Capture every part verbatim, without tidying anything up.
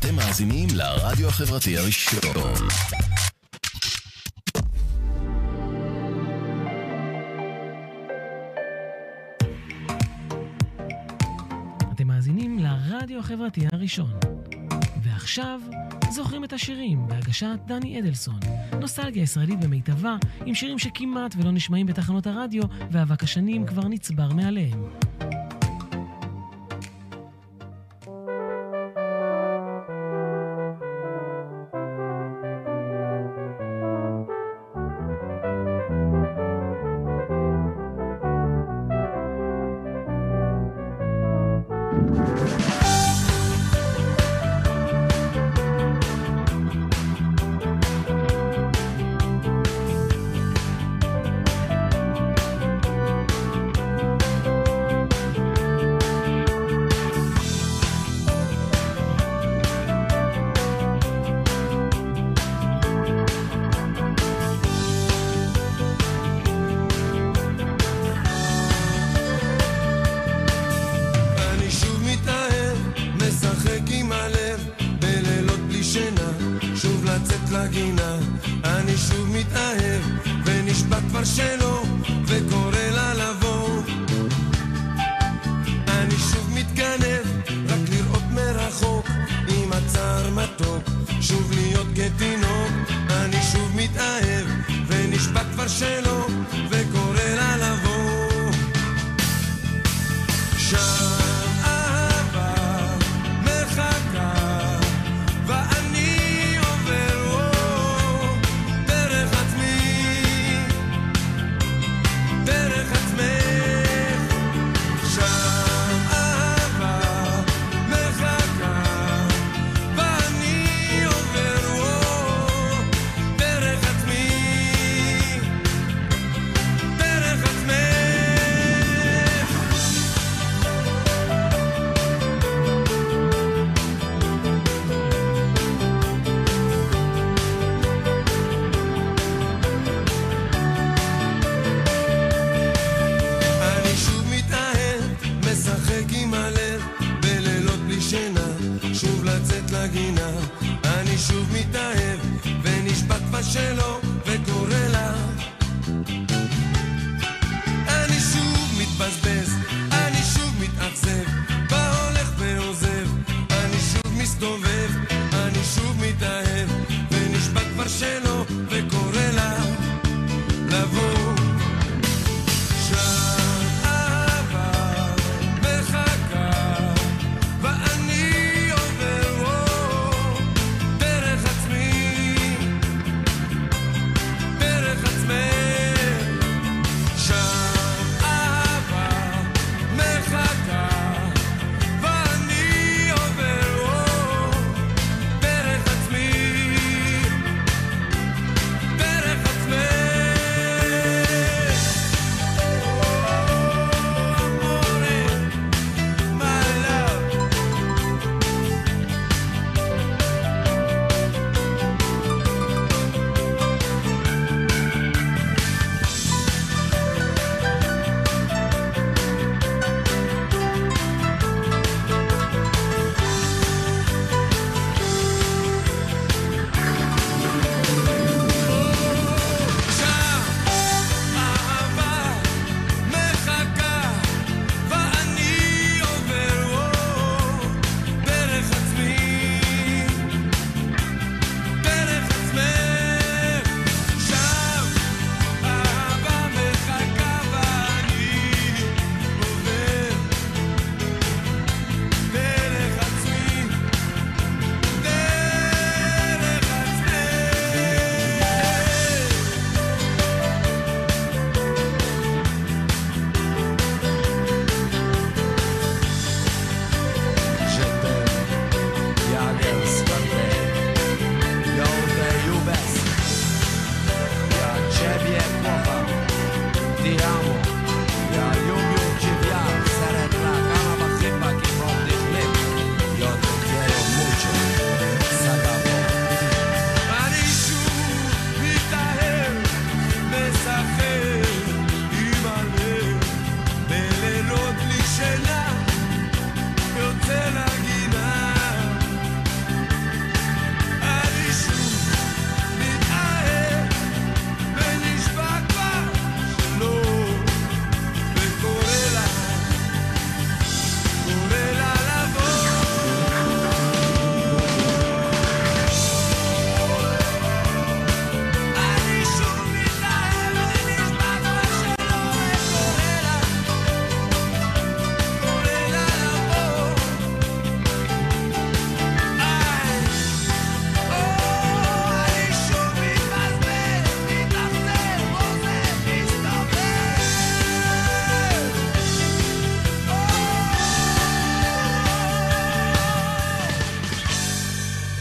אתם מאזינים לרדיו החברתי הראשון. אתם מאזינים לרדיו החברתי הראשון. ועכשיו זוכרים את השירים בהגשת דני אדלסון. נוסטלגיה ישראלית במיטבה, עם שירים שכמעט ולא נשמעים בתחנות הרדיו, ואבק השנים כבר נצבר מעליהם.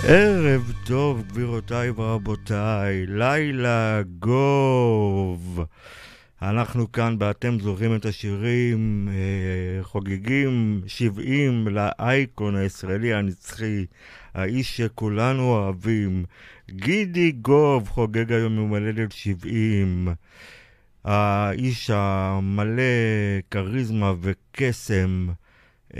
ערב טוב גבירותיי ורבותיי, לילה גוב. אנחנו כאן באתם זוכרים את השירים, אה, חוגגים שבעים לאייקון הישראלי הנצחי, האיש שכולנו אוהבים. גידי גוב חוגג היום יום הולדת שבעים. האיש המלא קריזמה וקסם, אה,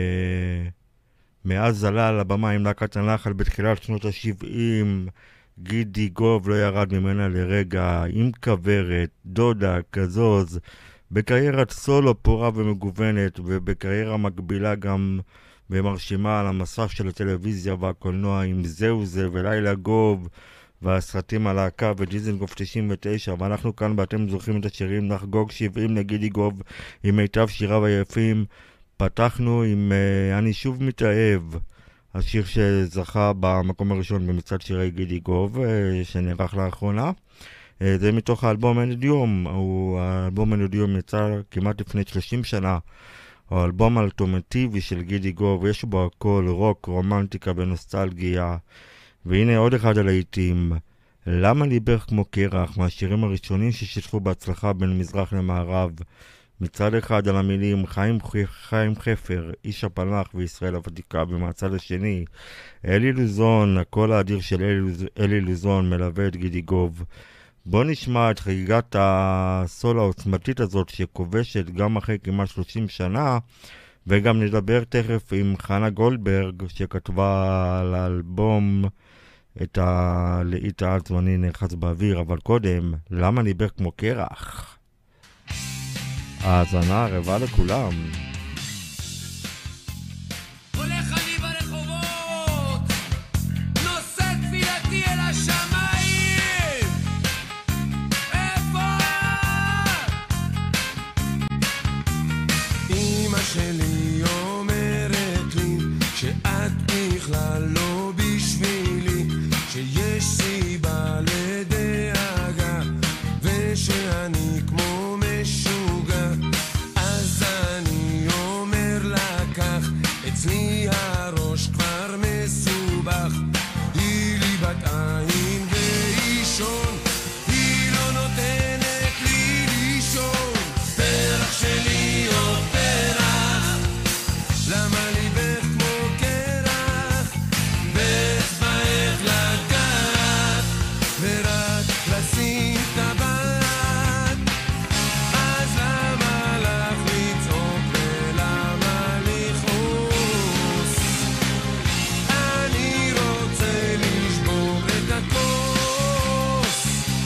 מאז עלה על הבמה עם להקת הנחל בתחילת שנות ה-שבעים. גידי גוב לא ירד ממנה לרגע, עם כברת, דודה, כזוז, בקריירת סולו פורה ומגוונת, ובקריירה מקבילה גם ומרשימה על המסך של הטלוויזיה והקולנוע עם זהו זה ולילה גוב והסרטים על להקה ודיזנגוף תשעים ותשע. ואנחנו כאן באתם זוכרים את השירים, נחגוג שבעים לגידי גוב עם מיטב שיריו היפים. פתחנו עם uh, אני שוב מתאהב, השיר שזכה במקום הראשון במצעד שירי גידי גוב, uh, שנערך לאחרונה. Uh, זה מתוך האלבום אין עוד יום. האלבום אין עוד יום יצא כמעט לפני שלושים שנה. הוא אלבום אלטרנטיבי של גידי גוב, יש בו הכל, רוק, רומנטיקה ונוסטלגיה. והנה עוד אחד הלהיטים, למה ליבך כמו קרח, מהשירים הראשונים ששיתפו בהצלחה בין מזרח למערב. מצד אחד על המילים חיים, חיים חפר, איש הפלח וישראל הוותיקה, ומהצד השני אלי לוזון, הקול האדיר של אלי, אלי לוזון מלווה את גידי גוב. בוא נשמע את חגיגת הסול העוצמתית הזאת שכובשת גם אחרי כמעט שלושים שנה, וגם נדבר תכף עם חנה גולדברג שכתבה על האלבום את הלהיט העצמני נחץ באוויר. אבל קודם, למה ליבך כמו קרח? האזנה רבה לכולם. הולך אני ברחובות, נושא תפילתי אל השמיים. איפה? אמא שלי אומרת לי שאת בכלל לא בשבילי, שיש סיבה לדאגה ושאני כמו משוגע. אז אני אומר לה כך, אצלי הראש כבר מסובך. היא לי בת עין ואישון, היא לא נותנת לי לישון. פרח שלי או פרח, למה ליבך כמו קרח? ואצבעך לגעת ורק לשים טבעת. אז למה לך לצעוק ולמה לכעוס? אני רוצה לשבור את הכוס.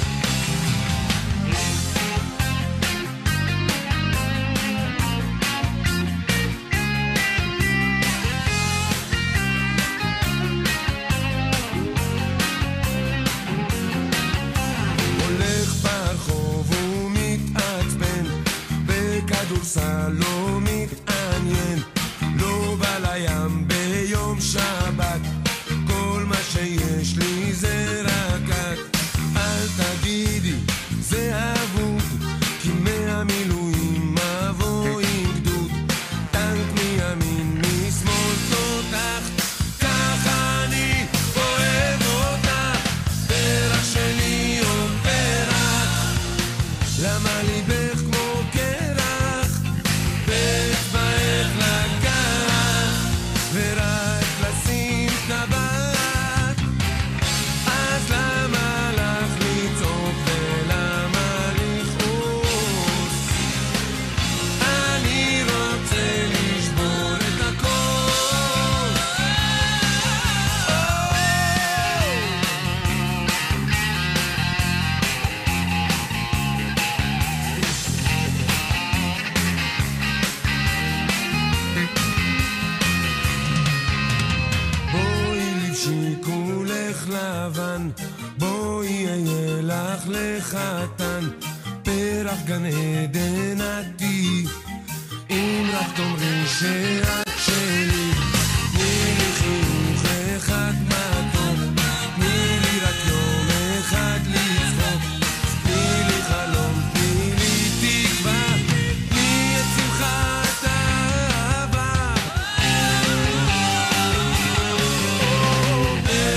הולך ברחוב ומתעצבן, בכדורסל לא מתעניין, לא בא לים ביום שבת, כל מה שיש לי זה רק את. אל תגידי זה אבוד, כי מהמילואים מבוא עם גדוד, טנק מימין משמאל תותח, ככה אני אוהב אותך. פרח שלי או פרח, למה ליבך כמו קרח? באצבעך לגעת ורק לשים טבעת. אז למה לך לצעוק ולמה לכעוס? אני רוצה לשבור את הכוס. בואי לבשי כולך לבן, בואי אהיה לך לחתן, פרח גן עדן עדי, אם רק תאמרי שאת שלי. תני לי חיוך אחד מתוק, תני לי רק יום אחד לצחוק, תני לי חלום, תני לי תקווה, תני את שמחת האהבה.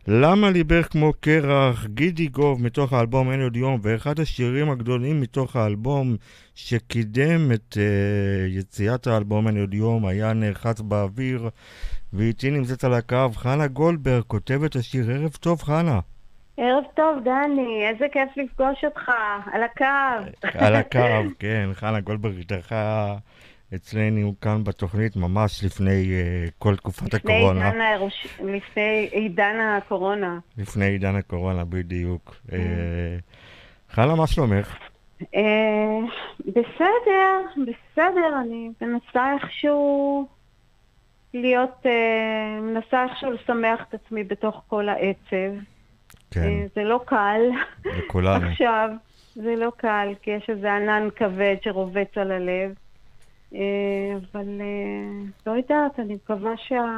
למה ליבך כמו קרח, גידי גוב מתוך האלבום אין עוד יום, ואחד השירים הגדולים מתוך האלבום שקידם את uh, יציאת האלבום אין עוד יום היה נרחץ באוויר, ואיתי נמצאת על הקו חנה גולדברג, כותבת השיר. ערב טוב חנה. ערב טוב דני, איזה כיף לפגוש אותך, על הקו. על הקו, כן, חנה גולדברג התארחה אצלנו כאן בתוכנית ממש לפני uh, כל תקופת לפני הקורונה. עידן הראש... לפני עידן הקורונה. לפני עידן הקורונה, בדיוק. Uh, חנה, מה שלומך? Uh, בסדר, בסדר, אני מנסה איכשהו להיות, uh, מנסה איכשהו לשמח את עצמי בתוך כל העצב. כן. Uh, זה לא קל. לכולנו. עכשיו, זה לא קל, כי יש איזה ענן כבד שרובץ על הלב. אבל לא יודעת, אני מקווה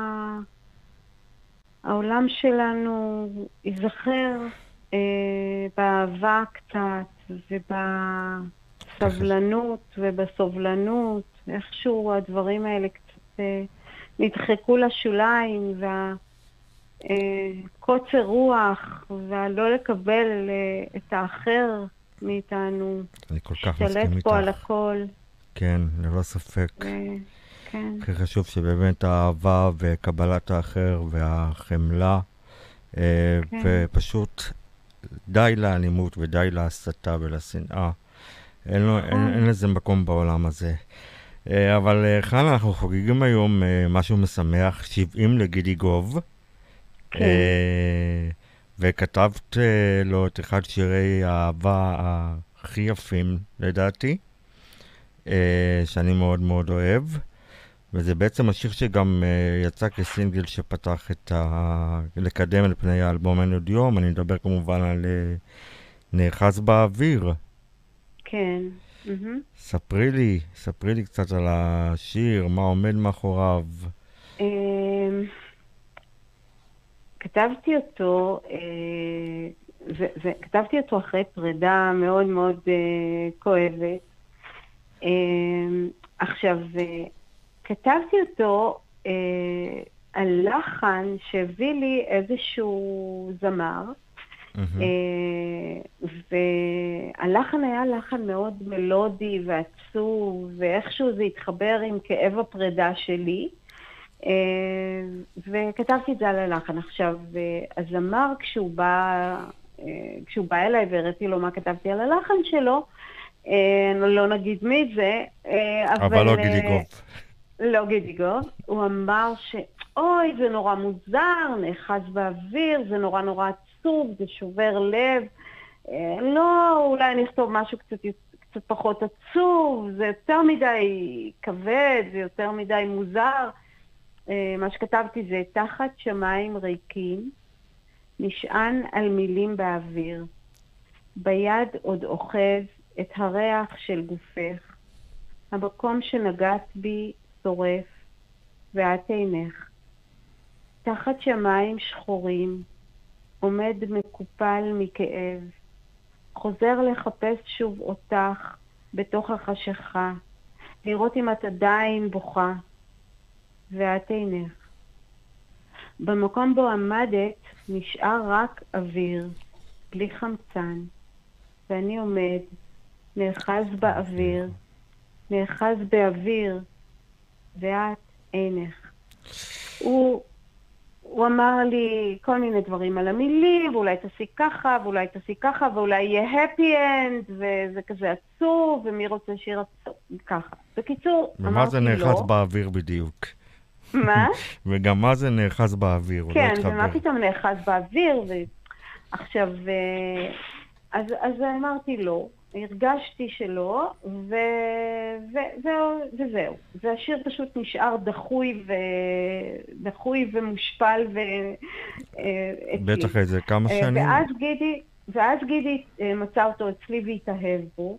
שהעולם שלנו ייזכר באהבה קצת ובסבלנות ובסובלנות, איכשהו הדברים האלה קצת נדחקו לשוליים, והקוצר רוח והלא לקבל את האחר מאיתנו אני כל כך מסכים שתלט איתך. פה על הכל. כן, ללא ספק. כן. הכי חשוב שבאמת האהבה וקבלת האחר והחמלה, כן. ופשוט די לאלימות ודי להסתה ולשנאה. אין, לו, אין, אין לזה מקום בעולם הזה. אבל חנה, אנחנו חוגגים היום משהו משמח, שבעים לגידי גוב. כן. וכתבת לו את אחד שירי האהבה הכי יפים, לדעתי. שאני מאוד מאוד אוהב, וזה בעצם השיר שגם uh, יצא כסינגל שפתח את ה... לקדם את פני האלבום אין עוד יום. אני מדבר כמובן על uh, נאחז באוויר. כן. Mm-hmm. ספרי לי, ספרי לי קצת על השיר, מה עומד מאחוריו. Um, כתבתי אותו, uh, ו- ו- כתבתי אותו אחרי פרידה מאוד מאוד uh, כואבת. Uh, עכשיו, uh, כתבתי אותו uh, על לחן שהביא לי איזשהו זמר, mm-hmm. uh, והלחן היה לחן מאוד מלודי ועצוב, ואיכשהו זה התחבר עם כאב הפרידה שלי, uh, וכתבתי את זה על הלחן. עכשיו, uh, הזמר כשהוא בא, uh, כשהוא בא אליי והראיתי לו מה כתבתי על הלחן שלו, לא נגיד מי זה, אבל לא גידי גוב. לא גידי גוב. הוא אמר שאוי, זה נורא מוזר, נאחז באוויר, זה נורא נורא עצוב, זה שובר לב. לא, אולי אני אכתוב משהו קצת, קצת פחות עצוב, זה יותר מדי כבד, זה יותר מדי מוזר. מה שכתבתי זה תחת שמיים ריקים, נשען על מילים באוויר, ביד עוד אוחז את הריח של גופך, המקום שנגעת בי שורף, ואת עינך. תחת שמיים שחורים, עומד מקופל מכאב, חוזר לחפש שוב אותך בתוך החשכה, לראות אם את עדיין בוכה, ואת עינך. במקום בו עמדת נשאר רק אוויר, בלי חמצן, ואני עומד, נאחז באוויר, נאחז באוויר, ואת עינך. הוא, הוא אמר לי כל מיני דברים על המילים, ואולי תעשי ככה, ואולי תעשי ככה, ואולי יהיה happy end, וזה כזה עצוב, ומי רוצה שיר עצוב, ככה. בקיצור, אמרתי לא. ומה זה נאחז באוויר בדיוק? מה? וגם מה זה נאחז באוויר? כן, ומה פתאום נאחז באוויר, ועכשיו... אז, אז אמרתי לא, הרגשתי שלא, ו... ו... ו... וזהו. והשיר פשוט נשאר דחוי, ו... דחוי ומושפל, ו... בטח איזה כמה שנים. ואז גידי, ואז גידי מצא אותו אצלי והתאהב בו.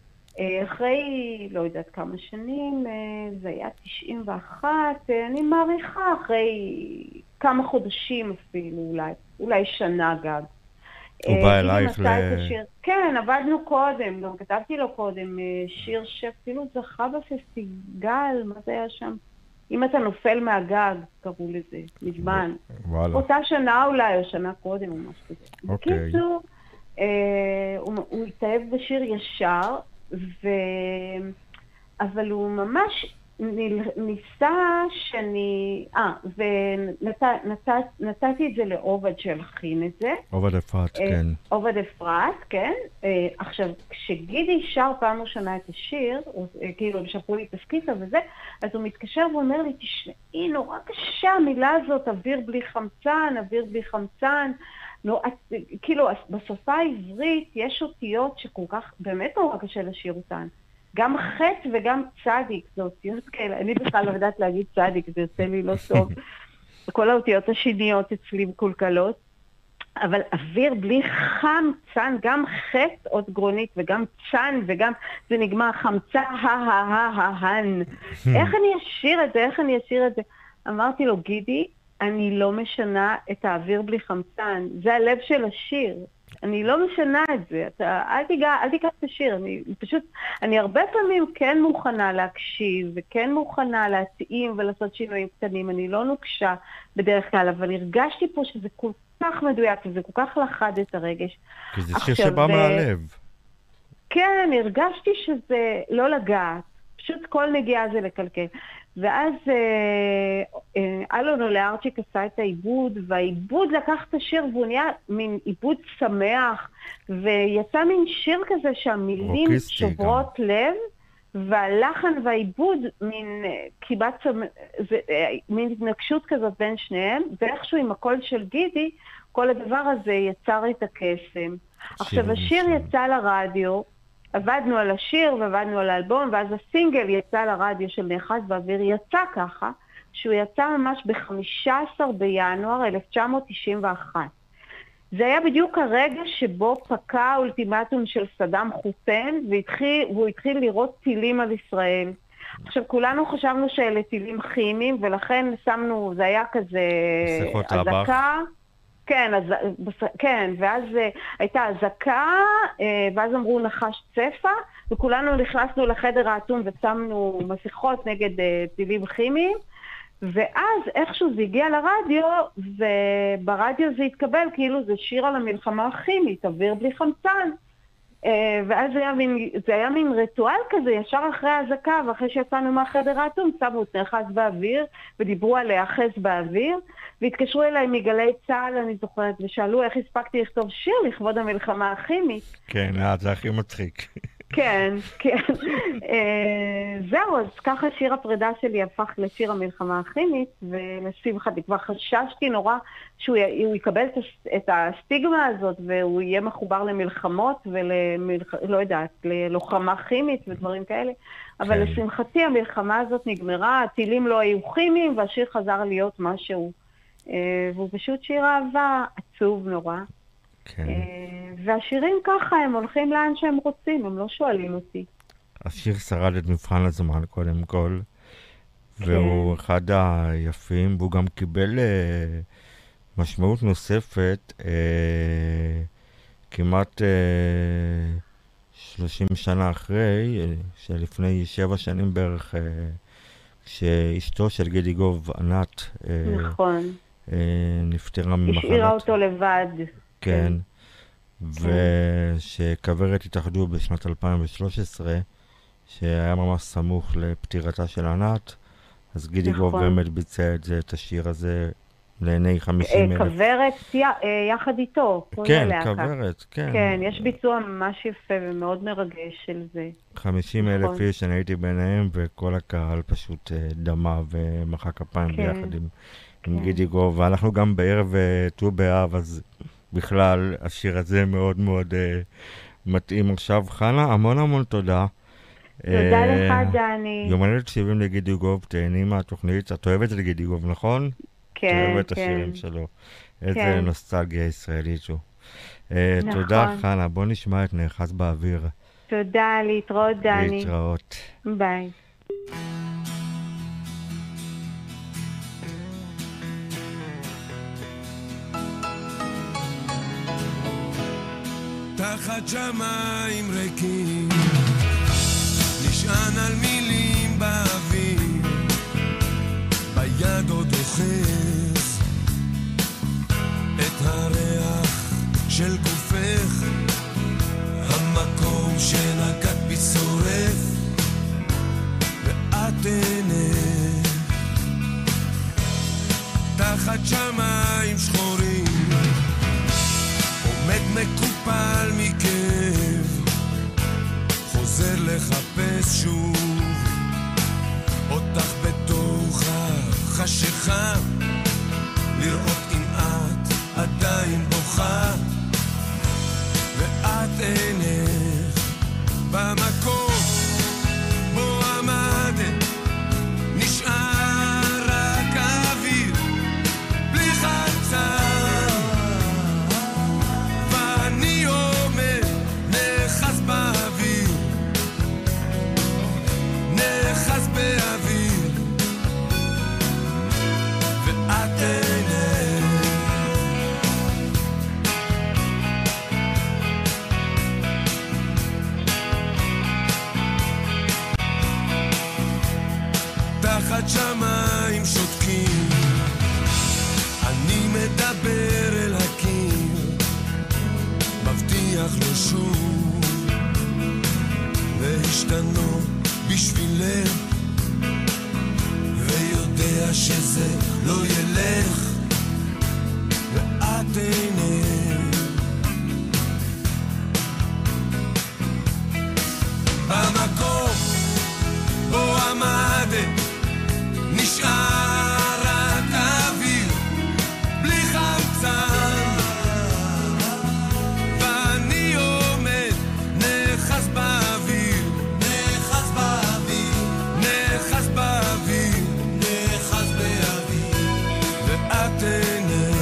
אחרי, לא יודעת כמה שנים, זה היה תשעים ואחת, אני מעריכה אחרי כמה חודשים אפילו, אולי, אולי שנה גג. הוא בא אלייך ל... כן, עבדנו קודם, גם כתבתי לו קודם שיר שאפילו זכה בפסטיגל, מה זה היה שם? אם אתה נופל מהגג, קראו לזה, מזמן. וואלה. אותה שנה אולי, או שנה קודם, או משהו כזה. אוקיי. בקיצור, אה, הוא, הוא התאהב בשיר ישר, ו... אבל הוא ממש ניסה שאני... אה, ונתתי את זה לעובד שהלחין את זה. עובד אפרת, כן. עובד אפרת, כן. עכשיו, כשגידי שר פעם ראשונה את השיר, כאילו, שפרו לי תסקיטה וזה, אז הוא מתקשר ואומר לי, תשמעי, נורא קשה המילה הזאת, אוויר בלי חמצן, אוויר בלי חמצן. לא, כאילו, בשפה העברית יש אותיות שכל כך, באמת נורא קשה לשיר אותן. גם חטא וגם צדיק, זה אותיות כאלה. אני בכלל לא יודעת להגיד צדיק, זה יוצא לי לא טוב. כל האותיות השיניות אצלי מקולקלות. אבל אוויר בלי חמצן, גם חטא עוד גרונית וגם צן וגם זה נגמר חמצה, ה-ה-ה-ה-הן. איך אני אשיר את זה? איך אני אשיר את זה? אמרתי לו, גידי, אני לא משנה את האוויר בלי חמצן. זה הלב של השיר. אני לא משנה את זה, אתה, אל תיגע, אל תיקח את השיר, אני פשוט, אני הרבה פעמים כן מוכנה להקשיב, וכן מוכנה להתאים ולעשות שינויים קטנים, אני לא נוקשה בדרך כלל, אבל הרגשתי פה שזה כל כך מדויק, וזה כל כך לחד את הרגש. כי זה שיר שבא מהלב. כן, הרגשתי שזה לא לגעת, פשוט כל נגיעה זה לקלקל. ואז אה, אה, אלון אולארצ'יק עשה את העיבוד, והעיבוד לקח את השיר והוא נהיה מין עיבוד שמח, ויצא מין שיר כזה שהמילים שוברות גם. לב, והלחן והעיבוד מין כיבת זה, מין התנגשות כזאת בין שניהם, ואיכשהו עם הקול של גידי, כל הדבר הזה יצר את הקסם. עכשיו השיר יצא לרדיו, עבדנו על השיר ועבדנו על האלבום, ואז הסינגל יצא לרדיו של נאחז באוויר, יצא ככה, שהוא יצא ממש ב-חמישה עשר בינואר אלף תשע מאות תשעים ואחת. זה היה בדיוק הרגע שבו פקע האולטימטום של סדאם חוסיין, והתחיל, והוא התחיל לראות טילים על ישראל. עכשיו, כולנו חשבנו שאלה טילים כימיים, ולכן שמנו, זה היה כזה הזקה. כן, אז, כן, ואז הייתה הזקה, ואז אמרו נחש צפה, וכולנו נכנסנו לחדר האטום ושמנו מסכות נגד טילים כימיים, ואז איכשהו זה הגיע לרדיו, וברדיו זה התקבל כאילו זה שיר על המלחמה הכימית, אוויר בלי חמצן. ואז זה היה מין, זה היה מין ריטואל כזה, ישר אחרי ההזקה, ואחרי שיצאנו מהחדר האטום, שמו את נאחז באוויר, ודיברו על להיאחז באוויר, והתקשרו אליי מגלי צה"ל, אני זוכרת, ושאלו איך הספקתי לכתוב שיר לכבוד המלחמה הכימית. כן, זה הכי מצחיק. כן, כן. זהו, אז ככה שיר הפרידה שלי הפך לשיר המלחמה הכימית, ולשמחתי כבר חששתי נורא שהוא יקבל את הסטיגמה הזאת, והוא יהיה מחובר למלחמות ולא יודעת, ללוחמה כימית ודברים כאלה. אבל לשמחתי המלחמה הזאת נגמרה, הטילים לא היו כימיים, והשיר חזר להיות משהו. והוא פשוט שיר אהבה עצוב נורא. כן. והשירים ככה, הם הולכים לאן שהם רוצים, הם לא שואלים אותי. השיר שרד את מבחן הזמן קודם כל, כן. והוא אחד היפים, והוא גם קיבל אה, משמעות נוספת, אה, כמעט אה, שלושים שנה אחרי, אה, שלפני שבע שנים בערך, אה, שאשתו של גידי גוב, ענת, אה, נכון. אה, נפטרה ממחלת. השאירה אותו לבד. כן, ושכוורת התאחדו בשנת אלפיים ושלוש עשרה, שהיה ממש סמוך לפטירתה של ענת, אז גידי גוב באמת ביצע את זה, את השיר הזה, לעיני חמישים אלף. כוורת יחד איתו. כן, כוורת, כן. כן, יש ביצוע ממש יפה ומאוד מרגש של זה. חמישים אלף איש, אני הייתי ביניהם, וכל הקהל פשוט דמה ומחא כפיים ביחד עם גידי גוב, ואנחנו גם בערב ט"ו באב, אז בכלל, השיר הזה מאוד מאוד uh, מתאים עכשיו. חנה, המון המון תודה. תודה uh, לך, דני. יום הולדת שבעים לגידי גוב, תהני מהתוכנית. את אוהבת את גידי גוב, נכון? כן, כן. את אוהבת את השירים שלו. איזה כן. נוסטלגיה ישראלית שהוא. Uh, נכון. תודה, חנה. בוא נשמע את נאחז באוויר. תודה, להתראות, דני. להתראות. ביי. תחת שמיים ריקים, נשען על מילים באוויר, היד עוד אוחז את הריח של גופך, המקום שנגעת בי שורף ואת עינך תחת שמיים שחורים, עומד מקופל מכאב, חוזר לחפש שוב אותך בתוך החשיכה, לראות אם את עדיין בוכה, ואת עינך במקום בו עמדת, נשאר רק אוויר בלי חמצן, ואני עומד נחס באוויר, נחס באוויר, ואת עינך תחת שמיים שותקים, אני מדבר אל הקיר, מבטיח לו שוב והשתנו בשבילך, ויודע שזה לא ילך, ואת עינך במקום בו עמדת, נשאר רק אוויר בלי חמצן, ואני עומד נחס באוויר, נחס באוויר, נחס באוויר, נחס באוויר, ואת עינך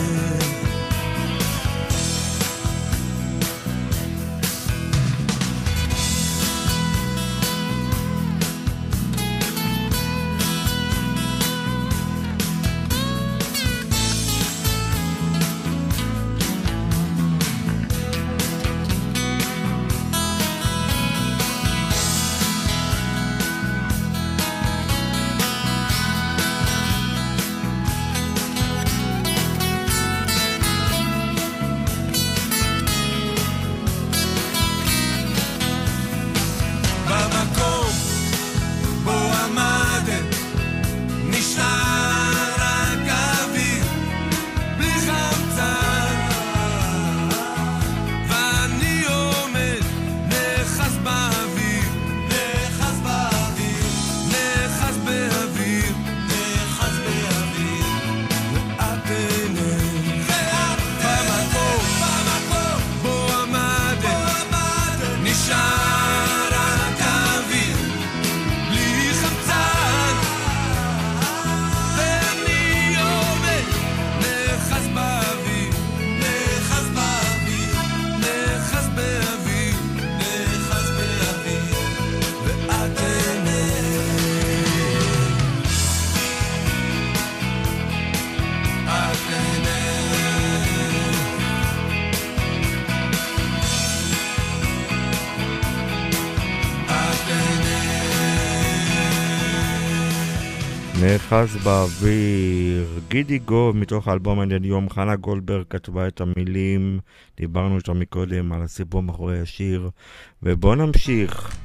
נחס באוויר, גידי גוב מתוך האלבום עד יום, חנה גולדברג כתבה את המילים, דיברנו איתה מקודם על הסיפור מאחורי השיר, ובוא נמשיך.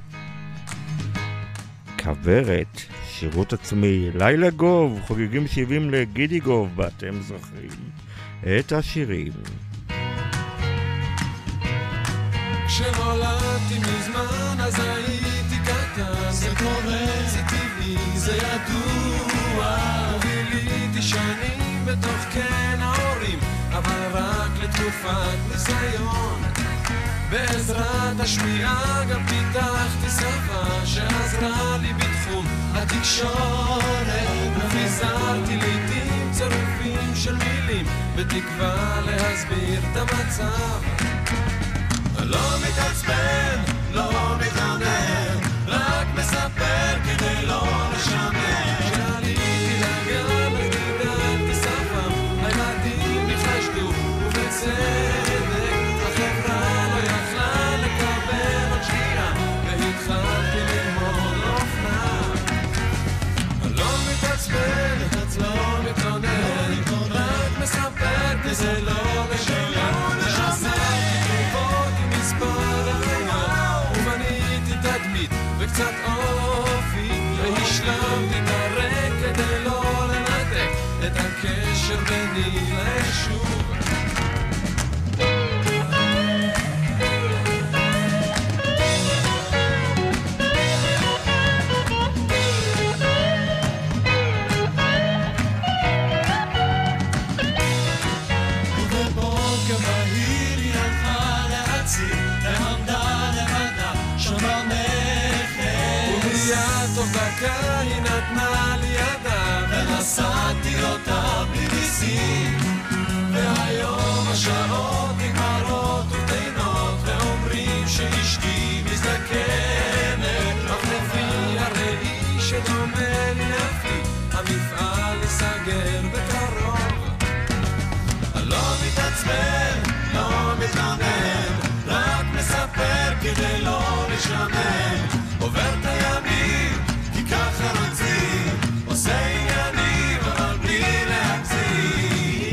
כברת, שירות עצמי, לילה גוב, חוגגים שבעים לגידי גוב, ואתם זוכרים את השירים. כשנולדתי מזמן אז הייתי קטן, זה קורה, זה טבעי, זה ידוע, וביליתי שנים בתוך כן ההורים, אבל רק לתקופת ניסיון. בעזרת השמיעה גם פיתחתי שפה שעזרה לי בתחום התקשורת, וחיזרתי לעתים צירופים של מילים בתקווה להסביר את המצב. לא מתעצבן, לא מתעמר, רק מספר כדי לא לשמר. כשעליתי לגן אז גידלתי שפה, הילדים יחשדו ובצדק, החברה לא יכלה לקבל עוד שנייה, והתחלתי ללמוד אופנה. לא מתעצבן, לא קצת אופי, והשלמתי את הרק כדי לא לנתק את הקשר ביני לישוב. היא נתנה לי ידה ונשאתי אותה בלי ניסים, והיום השעות נגמרות וטעינות ואומרים שאשתי מזדקנת, אך לפי הראי שדומה לי לפי המפעל יסגר בקרוב. אני לא מתעצבן, לא מתלונן, רק מספר כדי לא לשמן, עובר את הימים ככה רוצים, עושה עניינים אבל בלי להגזים.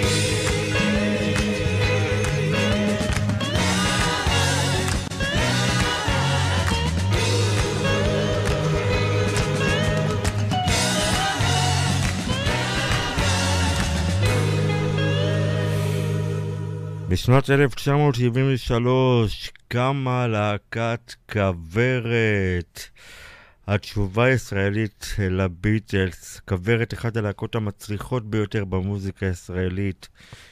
בשנת אלף תשע מאות שבעים ושלוש קמה להקת כוורת, התשובה הישראלית לביטלס. כוורת אחת הלהקות המצליחות ביותר במוזיקה הישראלית,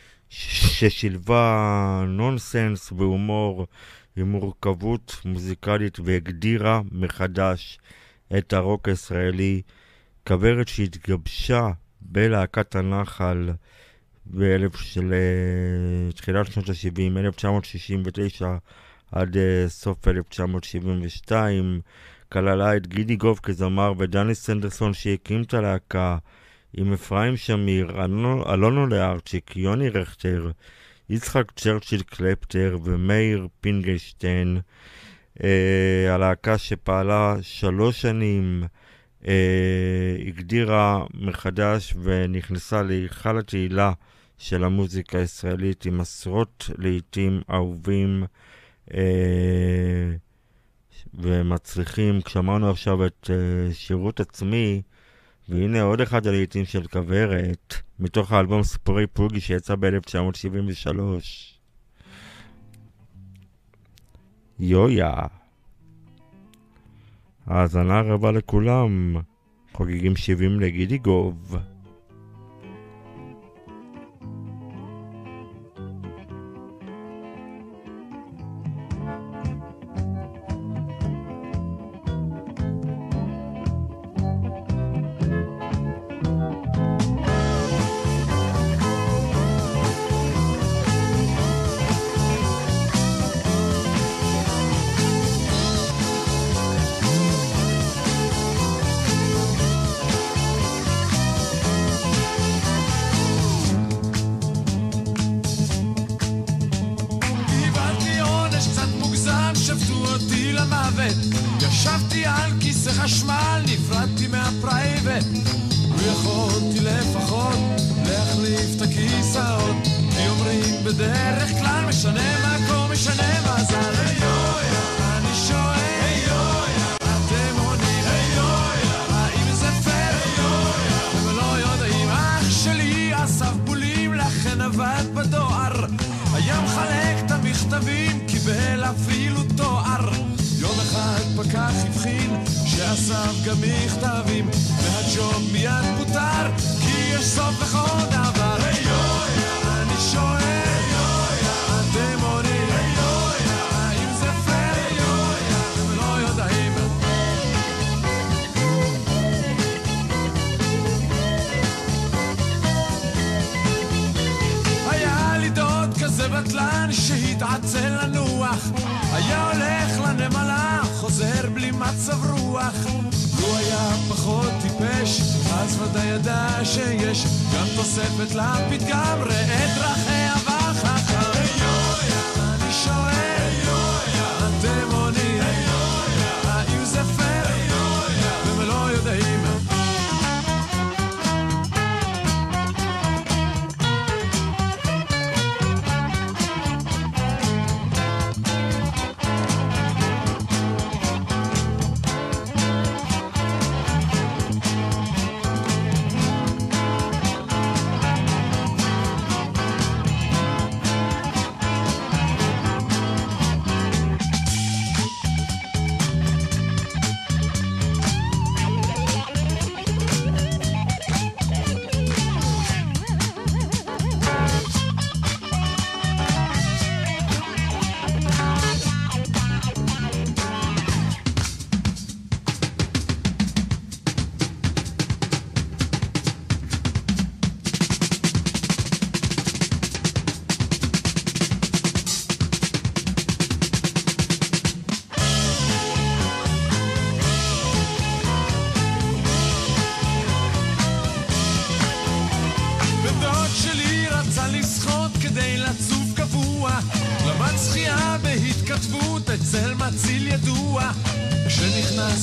ששילבה נונסנס והומור עם מורכבות מוזיקלית והגדירה מחדש את הרוק הישראלי. כוורת שהתגבשה בלהקת הנחל באלף של תחילת שנות ה-שבעים, אלף תשע מאות שישים ותשע עד סוף אלף תשע מאות שבעים ושתיים, כללה את גידי גוב כזמר ודני סנדרסון שהקים את הלהקה, עם אפרים שמיר, אלונו לארצ'יק, יוני רכטר, יצחק צ'רצ'יל קלפטר ומאיר פינגלשטיין. אה, הלהקה שפעלה שלוש שנים אה, הגדירה מחדש ונכנסה להיכל התהילה של המוזיקה הישראלית עם עשרות לעיתים אהובים אה, ומצליחים. כשאמרנו עכשיו את uh, שירות עצמי, והנה עוד אחד הלעיתים של כוורת מתוך האלבום סיפורי פוגי שיצא ב-אלף תשע מאות שבעים ושלוש, יויה. האזנה רבה לכולם, חוגגים שבעים לגידי גוב.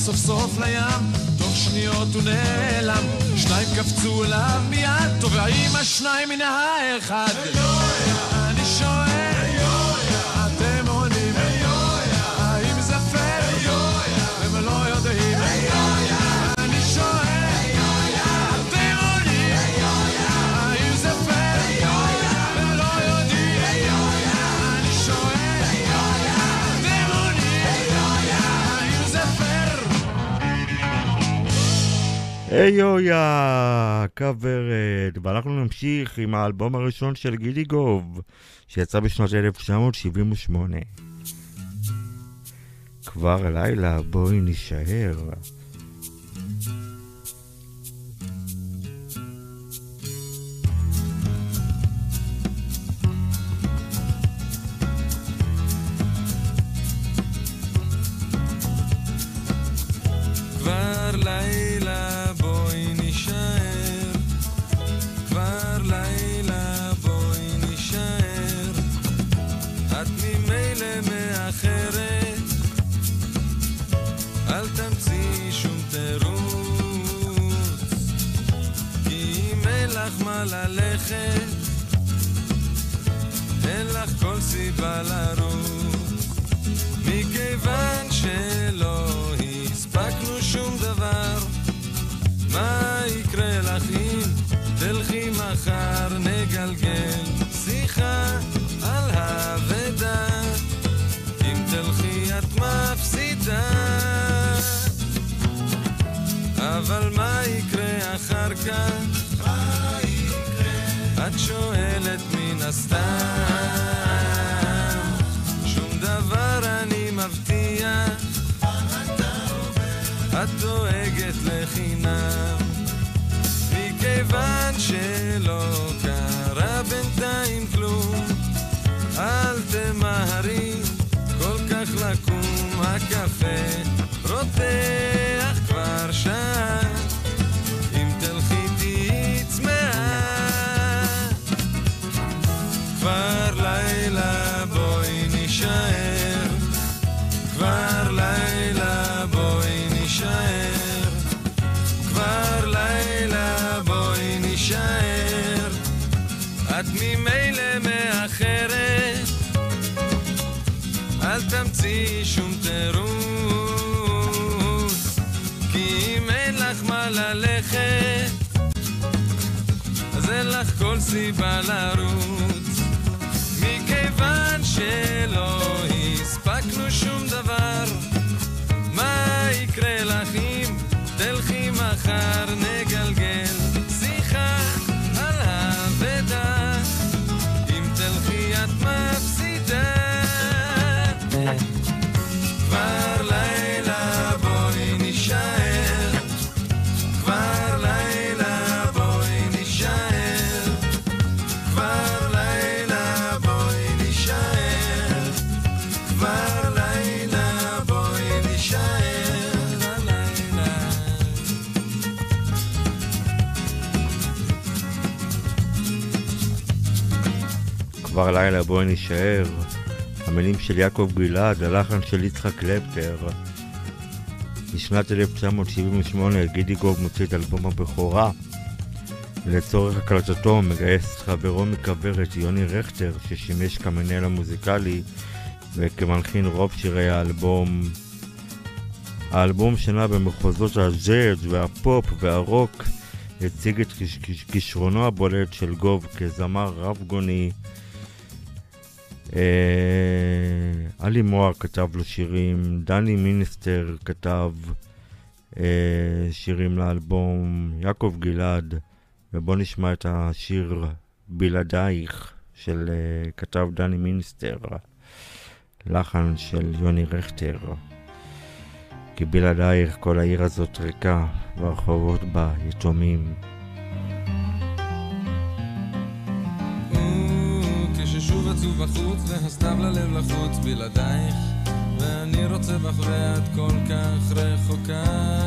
סוף סוף לים, תוך שניות הוא נעלם, שניים קפצו אליו מיד, טובעים השניים מן האחד. אני שואל, אתם עונים, האם זה פייר? הם לא יודעים. אני שואל, אתם עונים, האם זה פייר? הם לא יודעים. אני שואל, אתם עונים, האם זה פייר? היויה, כברת, ואנחנו נמשיך עם האלבום הראשון של גידי גוב, שיצא בשנות אלף תשע מאות שבעים ושמונה. כבר הלילה, בואי נשאר. כבר לילה בואי נשאר, כבר לילה בואי נשאר, את ממילא מאחרת, אל תמציא שום תירוץ, כי אם אין לך מה ללכת, אין לך כל סיבה לרוץ, מכיוון שלא הספקנו שום דבר, מה יקרה לך אם תלכי מחר, נגלגל שיחה על הוודע, אם תלכי את מפסידה, אבל מה יקרה אחר כך? מה יקרה? את שואלת מן הסתם, שום דבר אני מבטיח, את דואגת לחינם, מכיוון שלא קרה בינתיים כלום, אל תמהרי כל כך לקום, הקפה רותח כבר שעה, אם תלכי תהי צמאה, כבר לילה בואי נשאר, כבר לילה בואי נשאר, כבר לילה בואי נשאר, את ממילא מאחרת, אל תמציא שום תירוץ, כי אם אין לך מה ללכת, אז אין לך כל סיבה לרוץ, מכיוון שלא הספקנו שום דבר, מה יקרה לך אם תלכי מחר, נגלגל שיחה על הוודע, אם תלכי את מפסידה, כבר לילה בואי נשאר, כבר לילה בואי נשאר, כבר לילה בואי נשאר, כבר לילה בואי נשאר, לילה. כבר לילה בואי נשאר, המילים של יעקב גלעד, הלחן של יצחק קלפטר. בשנת אלף תשע מאות שבעים ושמונה גידי גוב מוציא את אלבום הבכורה, ולצורך הקלטתו מגייס את חברו מכוורת יוני רכטר, ששימש כמנהל המוזיקלי וכמלחין רוב שירי האלבום. האלבום שנה במחוזות הג'אז והפופ והרוק, הציג את כישרונו הבולט של גוב כזמר רב גוני. אלי מוהר כתב לו שירים, דני מיניסטר כתב שירים לאלבום, יעקב גלעד, ובוא נשמע את השיר בלעדייך של כתב דני מיניסטר, לחן של יוני רכטר. כי בלעדייך כל העיר הזאת ריקה והרחובות בה יתומים. כששוב עצוב בחוץ והסתיו ללב לחוץ בלעדייך, ואני רוצה בך ואת כל כך רחוקה,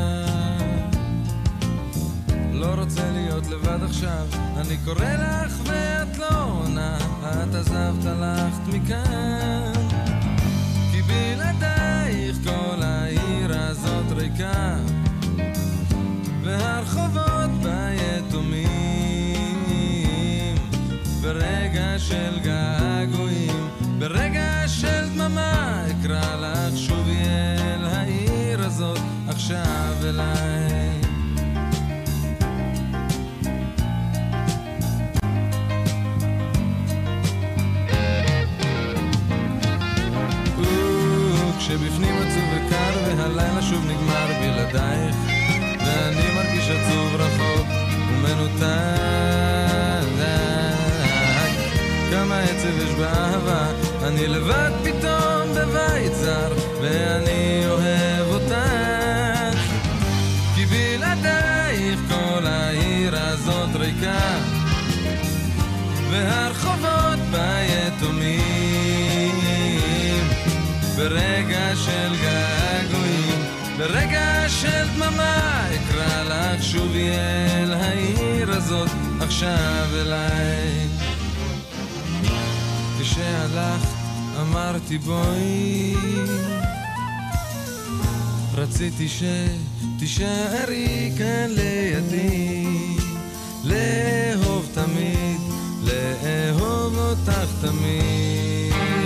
לא רוצה להיות לבד עכשיו, אני קורא לך ואת לא עונה, את עזבת הלכת מכאן, כי בלעדייך כל העיר הזאת ריקה, של געגועים, ברגע של דממה אקרא לך שובי אל העיר הזאת, עכשיו אליי. כשבפנים עצוב וקר והלילה שוב נגמר בלעדייך, ואני מרגיש עצוב רחוק ומנותק. כמה עצב יש באהבה, אני לבד פתאום בבית זר, ואני אוהב אותך. כי בלעדייך כל העיר הזאת ריקה, והרחובות ביתומים. ברגע של געגועים, ברגע של דממה אקרא לך שובי אל העיר הזאת, עכשיו אליי. כשהלכת אמרתי בואי, רציתי שתישארי כאן לידי, לאהוב תמיד, לאהוב אותך תמיד.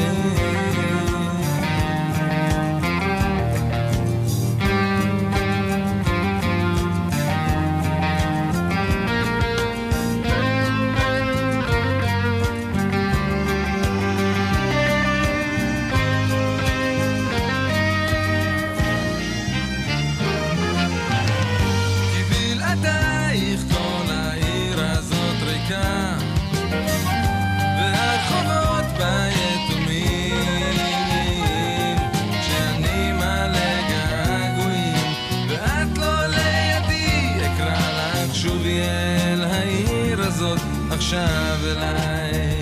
עכשיו אליי,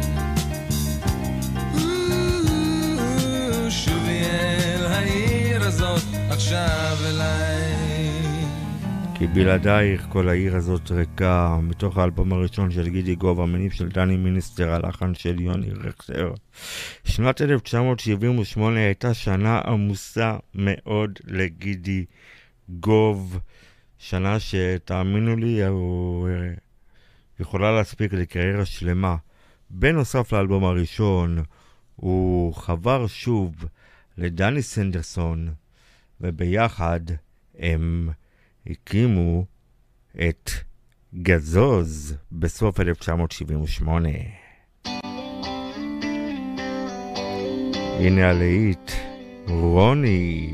שובי אל העיר הזאת, עכשיו אליי. כי בלעדייך כל העיר הזאת ריקה, מתוך האלבום הראשון של גידי גוב, המניב של דני מיניסטר, הלחן של יוני רכטר. שנת אלף תשע מאות שבעים ושמונה הייתה שנה עמוסה מאוד לגידי גוב, שנה שתאמינו לי הוא יכולה להספיק לקריירה שלמה. בנוסף לאלבום הראשון הוא חבר שוב לדני סנדרסון, וביחד הם הקימו את גזוז בסוף אלף תשע מאות שבעים ושמונה. הנה הלהיט רוני.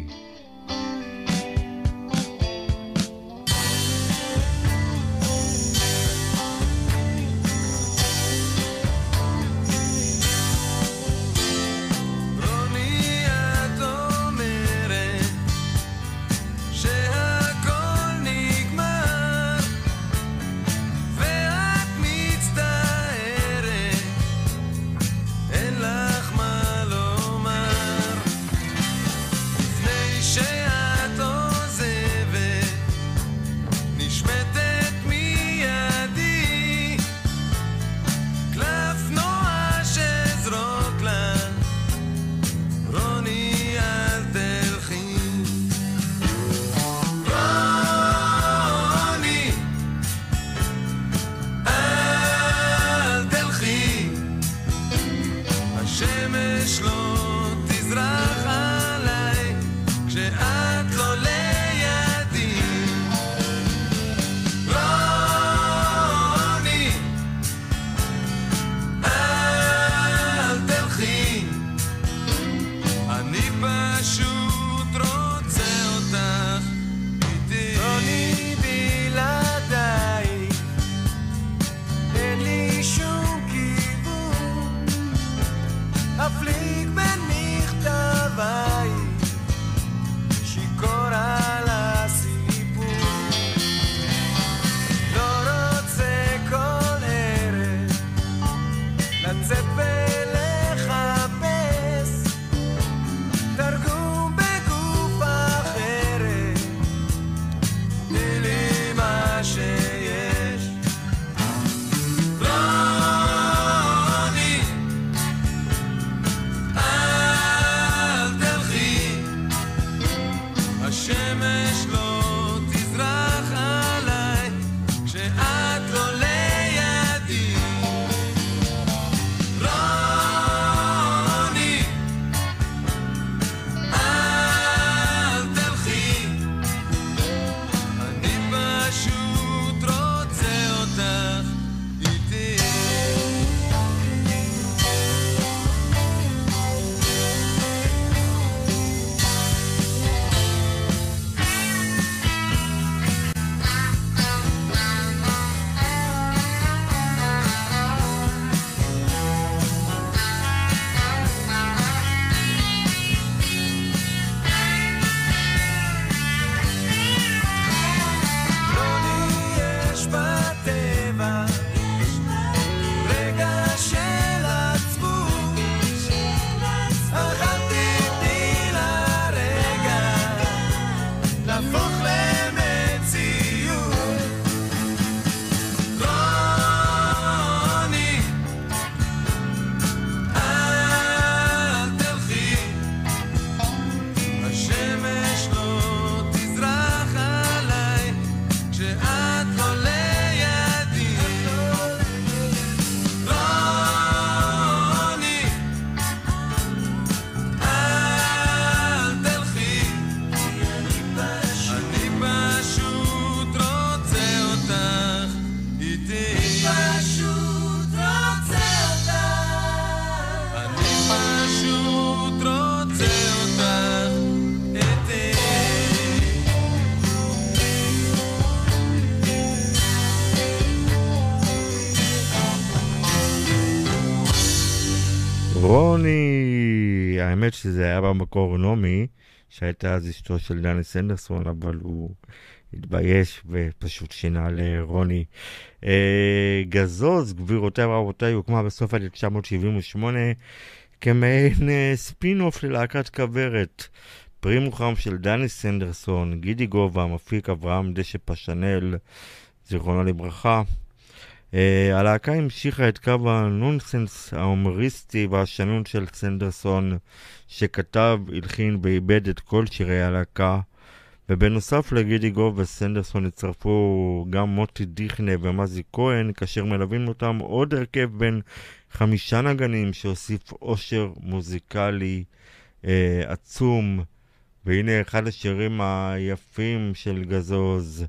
רוני, האמת שזה היה במקור נומי, שהייתה אז אשתו של דני סנדרסון, אבל הוא התבייש ופשוט שינה לרוני. אה, גזוז, גבירותיי ורבותיי, הוקמה בסוף אלף תשע מאות שבעים ושמונה כמעין אה, ספין-אוף ללהקת כוורת. פרי מוחם של דני סנדרסון, גידי גובה, המפיק אברהם דשא פשנל, זיכרונו לברכה. Uh, הלהקה המשיכה את קו הנונסנס ההומוריסטי והשנון של סנדרסון, שכתב, הלחין ואיבד את כל שירי הלהקה. ובנוסף לגידי גוב וסנדרסון הצטרפו גם מוטי דיכנה ומזי כהן, כאשר מלווים אותם עוד הרכב בין חמישה נגנים שהוסיף עושר מוזיקלי uh, עצום. והנה אחד השירים היפים של גזוז,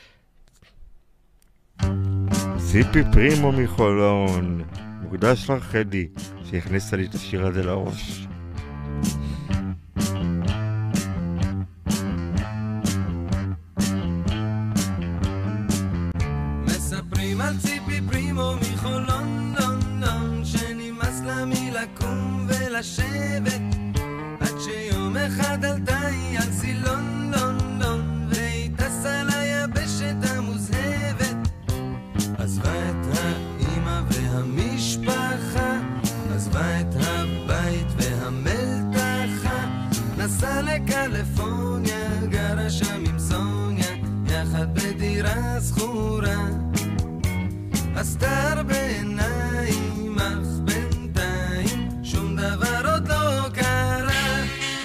ציפי פרימו מחולון, מוקדש לך חדי שהכניסה לי את השיר הזה לראש. מספרים על ציפי פרימו מחולון, לון, לון, שנמאס לה מלקום ולשבת, עד שיום אחד עלתה היא על סילון, לון, לון, והיא טסה ליבשת המוזהבת. עזבה את האמא והמשפחה, עזבה את הבית והמלתחה, נסעה לקליפורניה, גרה שם עם סוניה, יחד בדירה זכורה. עשתה הרבה עיניים, אך בינתיים שום דבר עוד לא קרה.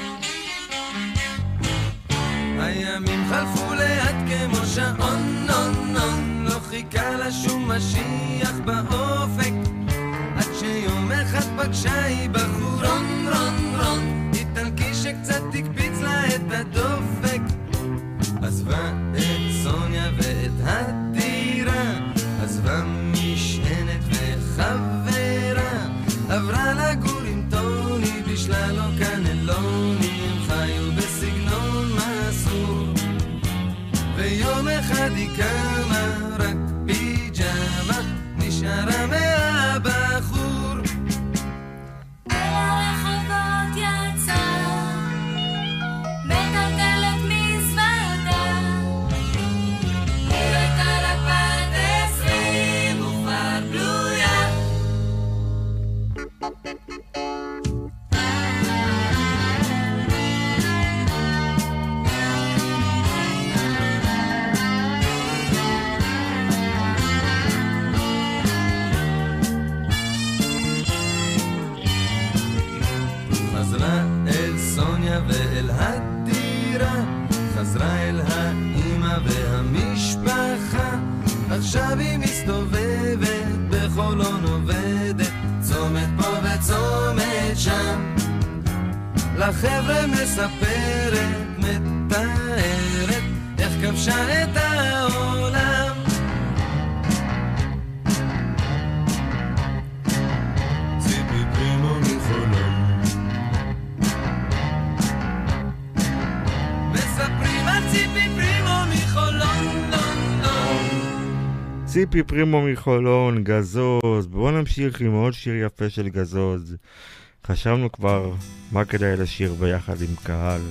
הימים חלפו לאט כמו שעון, נון, נון, לא חיכה לה שום משיח באופק, עד שיום אחד פגשה היא בחור רון, רון, רון, איטלקי שקצת תקפיץ לה את הדופק. עזבה את סוניה ואת הדירה, עזבה משענת וחברה, עברה לגור עם טוני, בשלה לו קנלוני, הם חיו בסגנון מסור. ויום אחד היא קמה, רק פיג'מה, נשארה מהבחור. אל הרחובות יצא, מטלטלת מזוודה, היא הייתה רק בת עשרים וכבר בלויה. חזרה אל סוניה ואל הדירה, חזרה אל האמא והמשפחה, עכשיו היא מסתובבת, בחולון עובדת, צומת פה וצומת שם, לחבר'ה מספרת, מתארת, איך כבשה את העולם. ציפי פרימו מחולון, מספרים על ציפי פרימו מחולון, לון, לון. ציפי פרימו מחולון, גזוז. בואו נמשיך עם עוד שיר יפה של גזוז. חשבנו כבר מה כדאי לשיר ביחד עם קהל.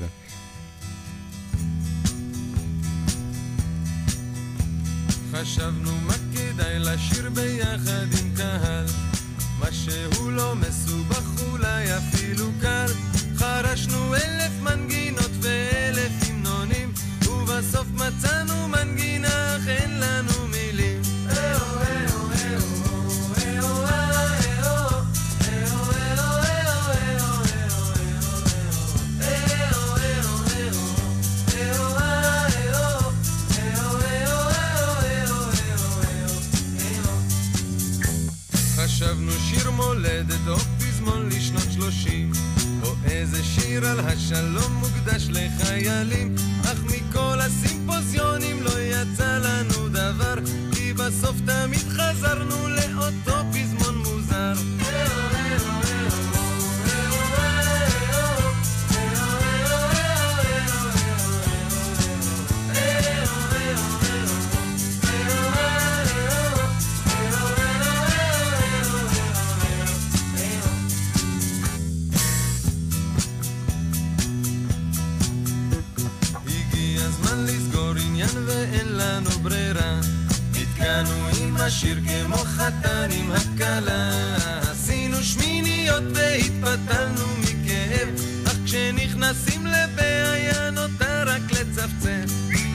חשבנו מה כדאי לשיר ביחד עם קהל, מה שהוא לא מסובך אולי אפילו קל. חרשנו אלף מנגינות ואלף המנונים, ובסוף מצאנו מנגינה אך אין לנו מילים. חשבנו שיר מולדת או פזמון לשנות שלושים, או איזה שיר על השלום מוקדש לחיילים, אך מכל הסימפוזיונים לא יצא לנו דבר, כי בסוף תמיד חזרנו לאותו פזמון מוזר. לשיר כמו חתן עם הקלה. עשינו שמיניות והתפתלנו מכאב, אך כשנכנסים לבעיה נותר רק לצפצף.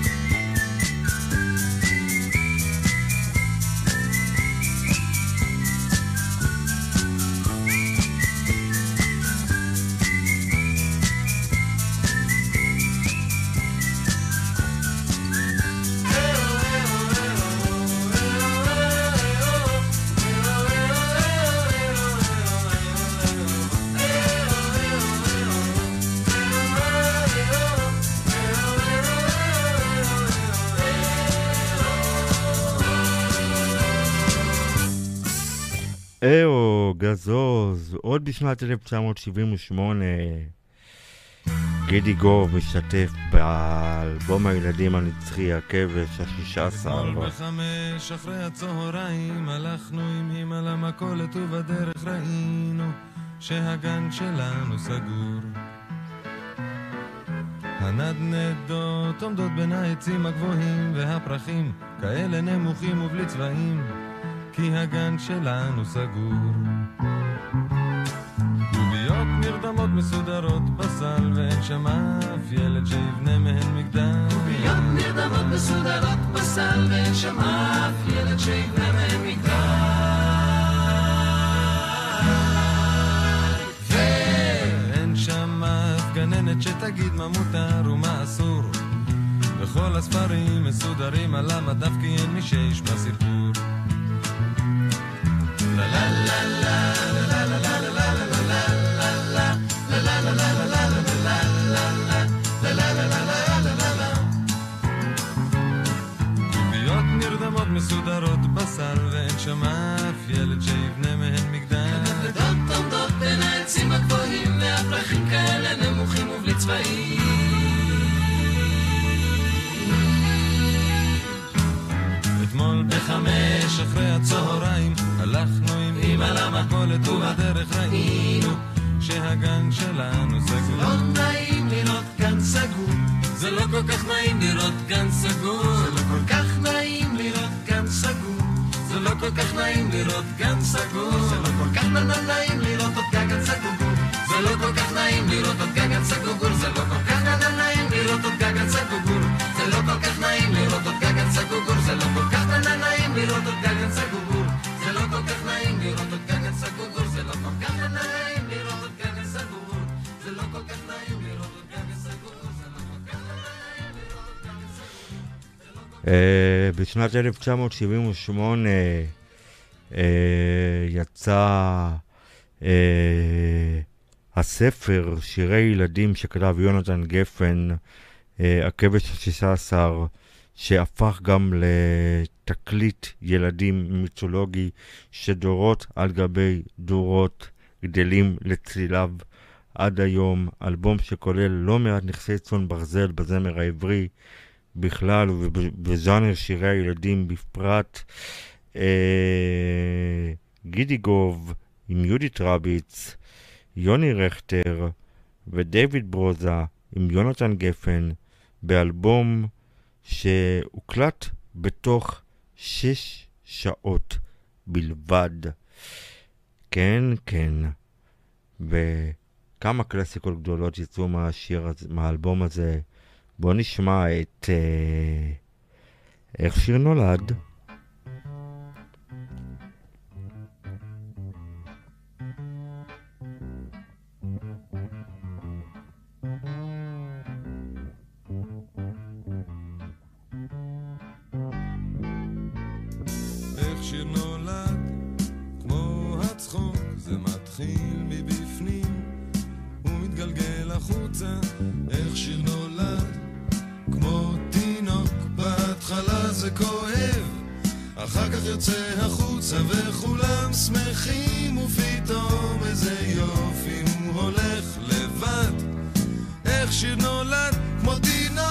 אהו, גזוז, עוד בשנת אלף תשע מאות שבעים ושמונה גידי גוב משתתף באלבום הילדים הנצחי, הכבש השישה עשר. אתמול בחמש אחרי הצהריים הלכנו עם אמא למכולת ובדרך ראינו שהגן שלנו סגור. הנדנדות עומדות בין העצים הגבוהים והפרחים כאלה נמוכים ובלי צבעים, כי הגן שלנו סגור. קוביות נרדמות מסודרות בסל ואין שם אף ילד שיבנה מהן מגדל. קוביות נרדמות מסודרות בסל ואין שם אף ילד שיבנה מהן מגדל. ואין שם אף גננת שתגיד מה מותר ומה אסור. וכל הספרים מסודרים על המדף כי אין מי שישמע סיפור. קוביות נרדמות מסודרות בסל ואין שם אף ילד שיבנה מהן מגדל. הנדנדות עומדות בין העצים הגבוהים והפרחים כאלה נמוכים ובלי צבעים. אתמול בחמש אחרי הצהריים הלכנו עם אמא למכולת ובדרך ראינו שהגן שלנו סגור. לא נעים לראות גן סגור, זה לא כל כך נעים לראות גן סגור. זה לא כל כך נעים לראות גן סגור, זה לא כל כך נעים לראות גן סגור. זה לא כל כך נעים לראות עוד גן סגור. זה לא כל כך נעים לראות עוד גן סגור. זה לא כל כך נעים לראות עוד גן סגור. זה לא כל כך נעים לראות עוד גן סגור. זה לא כל כך נעים לראות עוד גן סגור. זה לא כל כך נעים לראות עוד גן סגור. זה לא כל כך נעים לראות עוד גן סגור. זה לא כל כך נעים לראות עוד גן סגור. זה לא כל כך נעים לראות עוד גן סגור. בשנת אלף תשע מאות שבעים ושמונה יצא הספר שירי ילדים שכתב יונתן גפן, הכבש השישה עשר, שהפך גם לתקליט ילדים מיתולוגי שדורות על גבי דורות גדלים לצליליו עד היום. אלבום שכולל לא מעט נכסי צאן ברזל בזמר העברי בכלל ובז'אנר שירי הילדים בפרט. אה, גידי גוב עם יהודית רביץ, יוני רכטר ודייוויד ברוזה עם יונתן גפן באלבום שהוקלט בתוך שש שעות בלבד. כן, כן. וכמה קלאסיקות גדולות יצאו מהשיר הזה, מהאלבום הזה. בואו נשמע את אה, איך שיר נולד. שיר נולד כמו הצחוק, זה מתחיל מבפנים ומתגלגל החוצה. איך שיר נולד כמו תינוק, בהתחלה זה כואב, אחר כך יוצא החוצה וכולם שמחים, ופתאום איזה יופי הוא הולך לבד. איך שיר נולד כמו תינוק.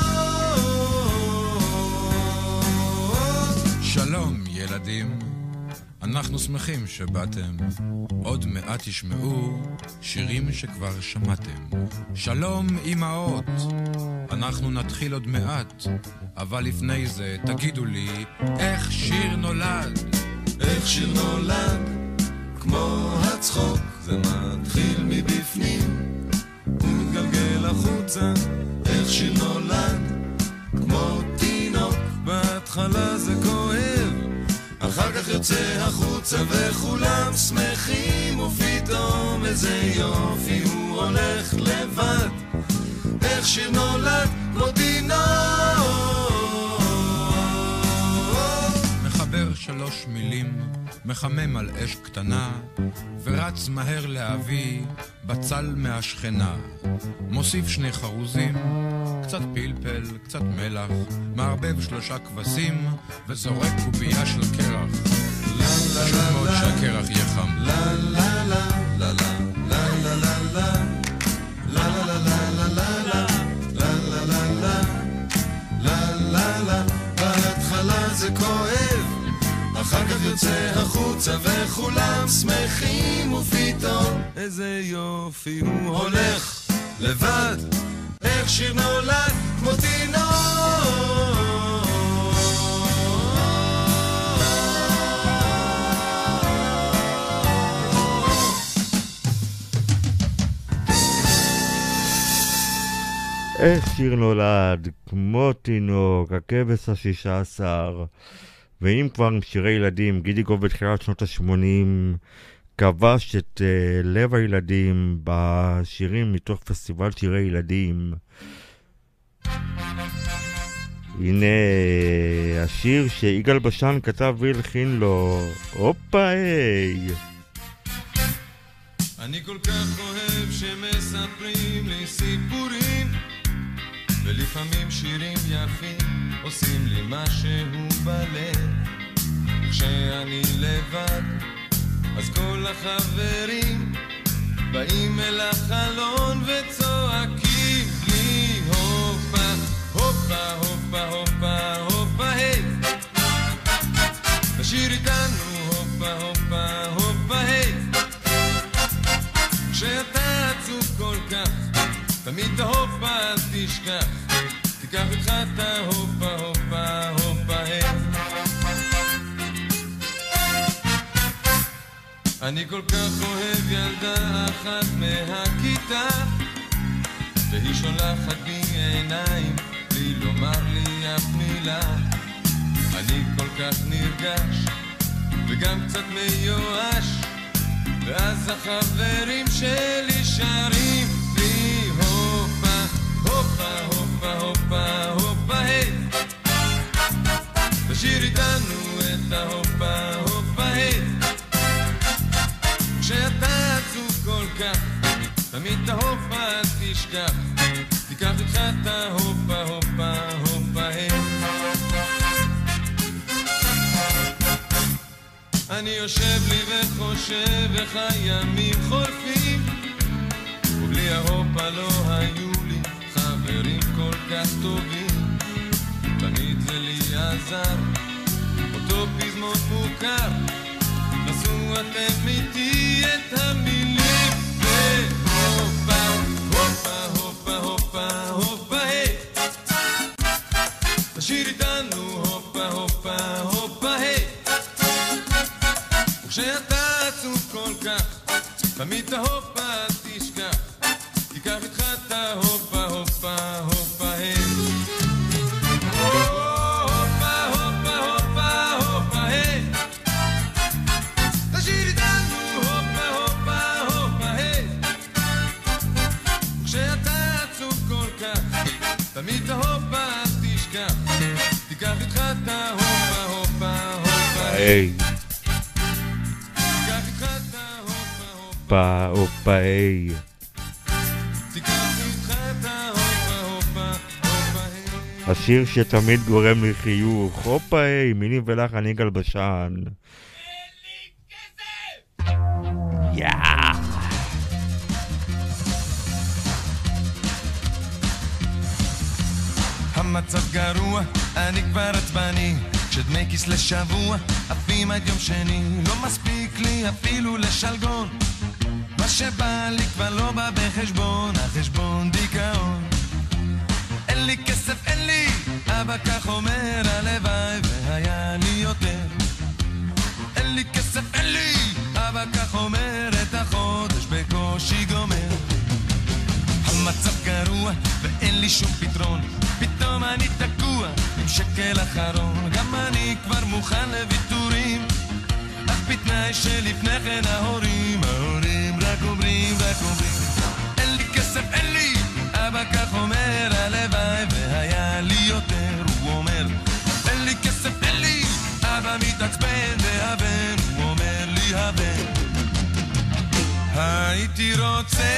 שלום ילדים, אנחנו שמחים שבאתם. עוד מעט תשמעו שירים שכבר שמעתם. שלום אמאות, אנחנו נתחיל עוד מעט, אבל לפני זה תגידו לי איך שיר נולד. איך שיר נולד, כמו הצחוק, זה מתחיל מבפנים ומתגלגל החוצה. איך שיר נולד, כמו תינוק, בהתחלה זה כואב, אחר כך יוצא החוצה וכולם שמחים, ופתאום איזה יופי הוא הולך לבד. איך שיר נולד, כמו תינוק. מחבר שלוש מילים, מחמם על אש קטנה, ורץ מהר להביא בצל מהשכנה. מוסיף שני חרוזים, קצת פלפל, קצת מלח, מערבב שלושה כבשים, וזורק קובייה של קרח. חשוב מאוד שהקרח יהיה חם. לה לה לה לה לה לה לה לה לה לה לה לה לה לה לה לה. בהתחלה זה כואב, אחר כך יוצא החוצה וכולם שמחים, ופתאום איזה יופי הוא הולך לבד. איך שיר נולד, כמו תינוק. איך שיר נולד, כמו תינוק, הכבש השישה עשר. ואם כבר עם שירי ילדים, גידי גוב בתחילת שנות ה-שמונים כבש את uh, לב הילדים בשירים מתוך פסטיבל שירי ילדים. הנה השיר שיגאל בשן כתב והלחין לו, הופה היי. אני כל כך אוהב שמספרים לי סיפורים, ולפעמים שירים יפים עושים לי משהו בלב. כשאני לבד אז כל החברים באים אל החלון וצועקים לי, הופה הופה הופה הופה הופה היי, תשאיר איתנו הופה הופה הופה היי. כשאתה עצוב כל כך תמיד את ההופה אל תשכח, תיקח איתך את ההופה הופה הופה היי. אני כל כך אוהב ילדה אחת מהכיתה, והיא שולחת בי עיניים בלי לומר לי אף מילה. אני כל כך נרגש וגם קצת מיואש, ואז החברים שלי שרים לי, הופה הופה הופה הופה הופה היי, תשאיר איתנו את ההופה הופה היי. כשאתה עצוב כל כך תמיד את ההופה אל תשכח, תיקח איתך את ההופה הופה הופה היי. אני יושב לי וחושב איך הימים חולפים, ובלי ההופה לא היו לי חברים כל כך טובים. תמיד זה לי עזר אותו פזמון מוכר, נסו אתם איתי את המילים, והופה הופה הופה הופה הופה היי, תשאיר איתנו הופה הופה הופה היי. וכשאתה עצוב כל כך תמיד את ההופה אל תשכח, תיקח איתך את ההופה הופה הופה היי. תמיד ההופה אל תשכח, תיקח איתך את ההופה הופה הופה היי. תיקח איתך את ההופה הופה הופה היי. תיקח איתך את ההופה הופה הופה היי. השיר שתמיד גורם לי חיוך, הופה היי, מילים ולחן יגאל בשן. יאה. המצב גרוע, אני כבר עצבני, כשדמי כיס לשבוע, עפים עד יום שני. לא מספיק לי אפילו לשלגון, מה שבא לי כבר לא בא בחשבון, החשבון דיכאון. אין לי כסף, אין לי, אבא כך אומר, הלוואי והיה לי יותר. אין אין לי כסף, אין לי, אבא כך אומר, את החודש בקושי גומר. המצב גרוע ואין לי שום פתרון, פתאום אני תקוע עם שקל אחרון. גם אני כבר מוכן לוויתורים, אך בתנאי שלפני כן ההורים, ההורים רק אומרים, רק אומרים. אין לי כסף, אין לי, אבא כך אומר, הלוואי והיה לי יותר. הוא אומר, אין לי כסף, אין לי, אבא מתעצבן והבן, הוא אומר לי הבן, הייתי רוצה,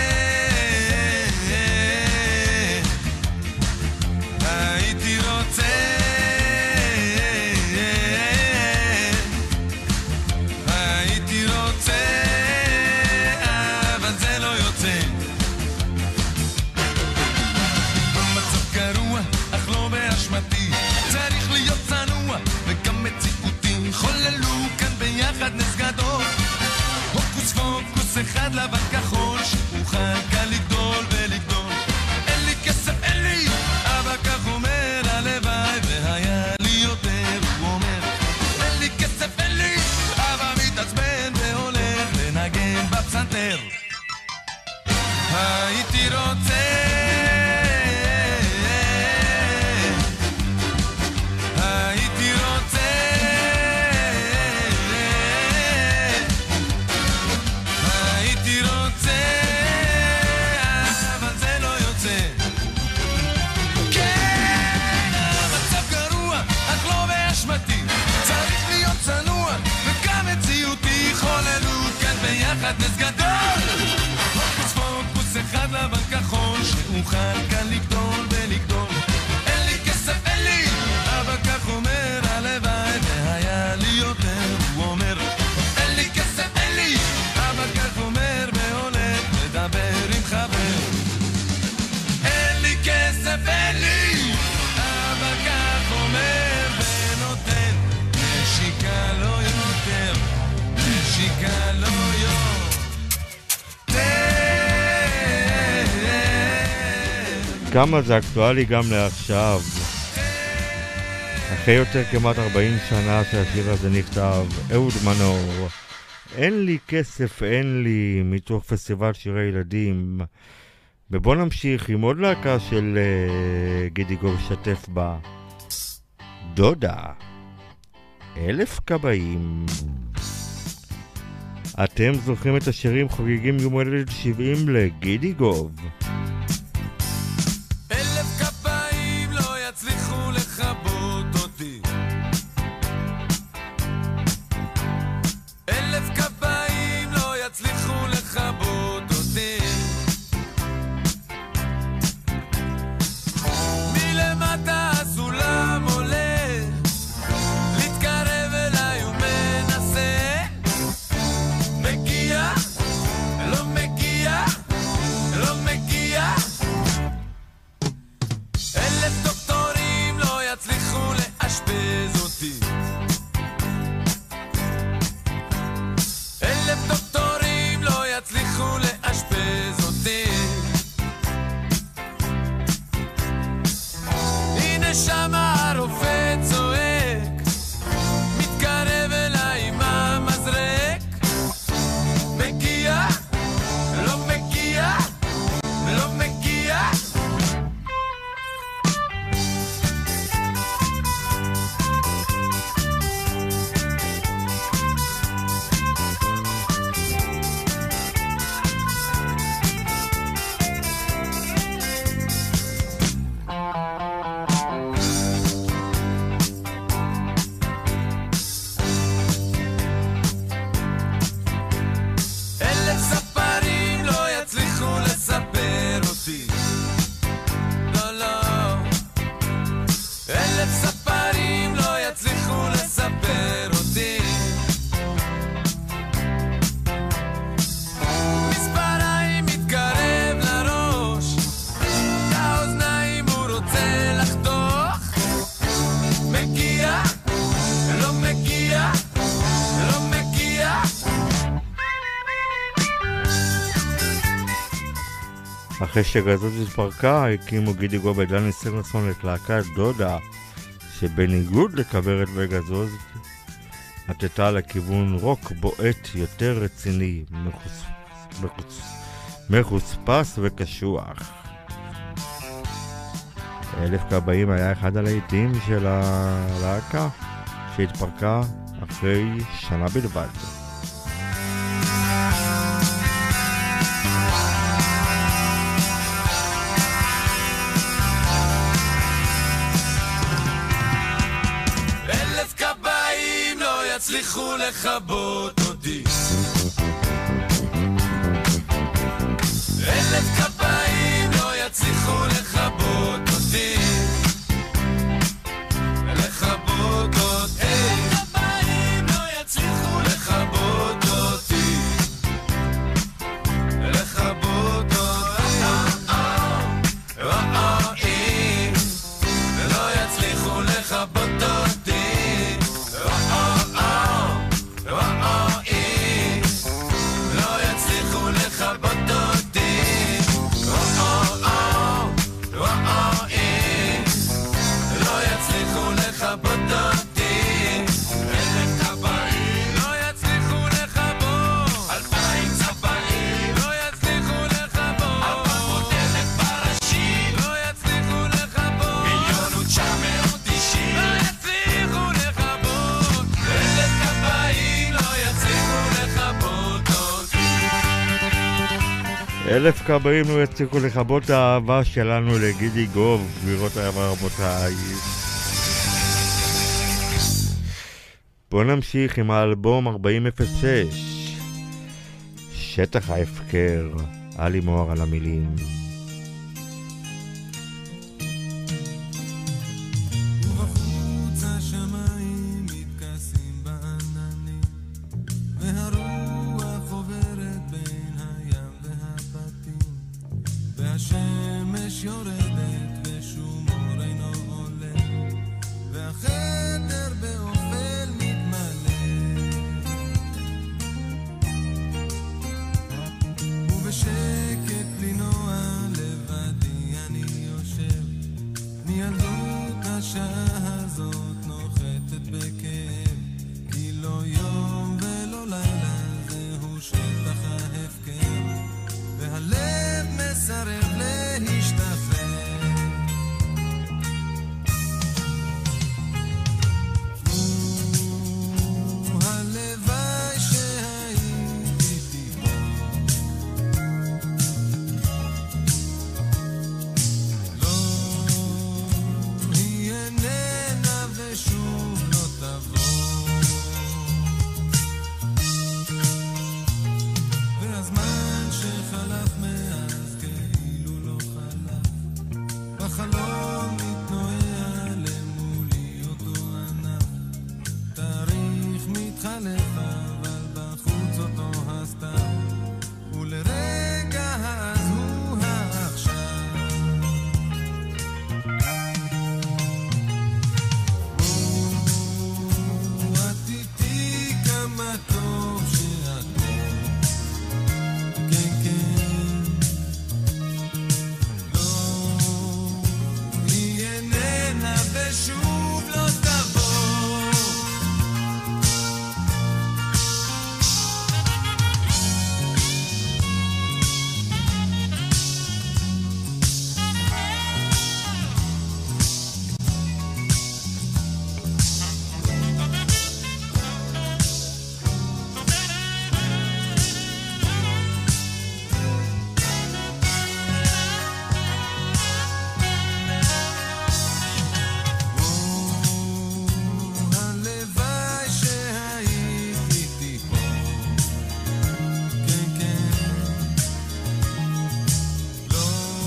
הייתי רוצה, הייתי רוצה, אבל זה לא יוצא. במצב גרוע, אך לא באשמתי, צריך להיות צנוע וגם מציאותי. חוללו כאן ביחד נס גדול, הוקוס פוקוס אחד לבן כחול, שאוכל כאן לגדול ולגדול. אין לי כסף, אין לי, אבא כך אומר, הלוואי והיה לי יותר. הוא אומר, אין לי כסף, אין לי, אבא מתעצבן והולך לנגן בפסנתר. הייתי רוצה, הייתי רוצה, הייתי רוצה, אבל זה לא יוצא. כן, המצב גרוע, אך לא באשמתי, צריך להיות צנוע וגם מציאותי. חוללות כאן ביחד נס גדול, הוקוס פוקוס אחד לבן כחול, שאוכל כאן לגדול ולגדול. אין לי כסף, אין לי, אבא כך אומר, הלוואי והיה לי יותר. הוא אומר, אין לי כסף, אין לי, אבא כך אומר, והולך לדבר עם חבר. אין לי כסף, אין לי, אבא כך אומר, ונותן נשיקה לא יותר, נשיקה לא יותר. כמה זה אקטואלי גם לעכשיו, אחרי יותר כמעט ארבעים שנה שהשיר הזה נכתב. אהוד מנור, אין לי כסף, אין לי, מתוך פסטיבל שירי ילדים. ובוא נמשיך עם עוד להקה של uh, גידי גוב שתף בה, דודה, אלף קבעים. אתם זוכרים את השירים חוגגים יום הולדת שבעים לגידי גוב. אלף כפיים לא יצליחו לכבות אותי, אלף כפיים לא יצליחו לכבות אותי. מלמטה הסולם עולה, להתקרב אליי ומנסה, מגיע, לא מגיע, לא מגיע. אלף דוקטורים לא יצליחו לאשפז אותי, אלף דוקטורים לא יצליחו לאשפז אותי. הנה שמה הרופא צועק, מתקרב אליי עם המזרק, מגיע, לא מגיע, לא מגיע. אלף ספרים לא יצליחו לספר אותי, לא לא, אלף ספרים לא יצליחו לספר אותי. מספריים מתקרב לראש, לאוזניים הוא רוצה לחתוך, מגיע, לא מגיע, לא מגיע. אחרי שגזוז התפרקה, הקימו גידי גוב ודני סרנסון את להקת דודה, שבניגוד לכוורת וגזוז, נטטה לכיוון רוק בועט יותר רציני, מחוס... מחוס... מחוספס וקשוח. אלף כבאים היה אחד הלהיטים של הלהקה שהתפרקה אחרי שנה בלבד. אלף כבאים לא יצליחו לכבות אותי, אלף כבאים לא יצליחו לכבות אותי, לכבות אותי, אלף כבאים לא יצליחו לכבות אותי, לכבות אותי, ולא יצליחו לכבות אותי, לא יצליחו לכבות אותי, לא יצליחו לכבות אותי, אלף כבאים לא יצליחו לכבות, אלפיים צבאים לא יצליחו לכבות, ארבע מאות אלף פרשים לא יצליחו לכבות, מיליון ותשע מאות תשעים לא יצליחו לכבות, אלף כבאים לא יצליחו לכבות אותי. אלף כבאים לא יצליחו לכבות את האהבה שלנו לגידי גוב, גבירותיי ורבותיי. בואו נמשיך עם האלבום ארבעים אפס שש, שטח ההפקר, עלי מוהר על המילים. ובחוץ השמיים מתכסים בעננים, והרוח עוברת בין הים והבתים, והשמש יורדת ושום אור אינו עולה, והחדר באופל מתמלא, ובשקט בלי נוע לבדי אני יושב, מילדות השעה הזאת נוחתת בכאב, כי לא יום ולא לילה זהו שטח ההפקר, והלב מסרב להשתחרר. הלוואי שהייתי טיפה, לא היא איננה ושוב לא תבוא, והזמן שחלף מאז כאילו לא חלף, בחלום מתנועע למולי אותו ענף, תאריך מתחלף אבל בחוץ אותו הסתיו, ולרגע אז הוא העכשיו. את איתי כמה טוב שאת פה, כן כן, לא היא איננה ושוב לא תבוא. הלוואי שהייתי טיפה, כן כן, לא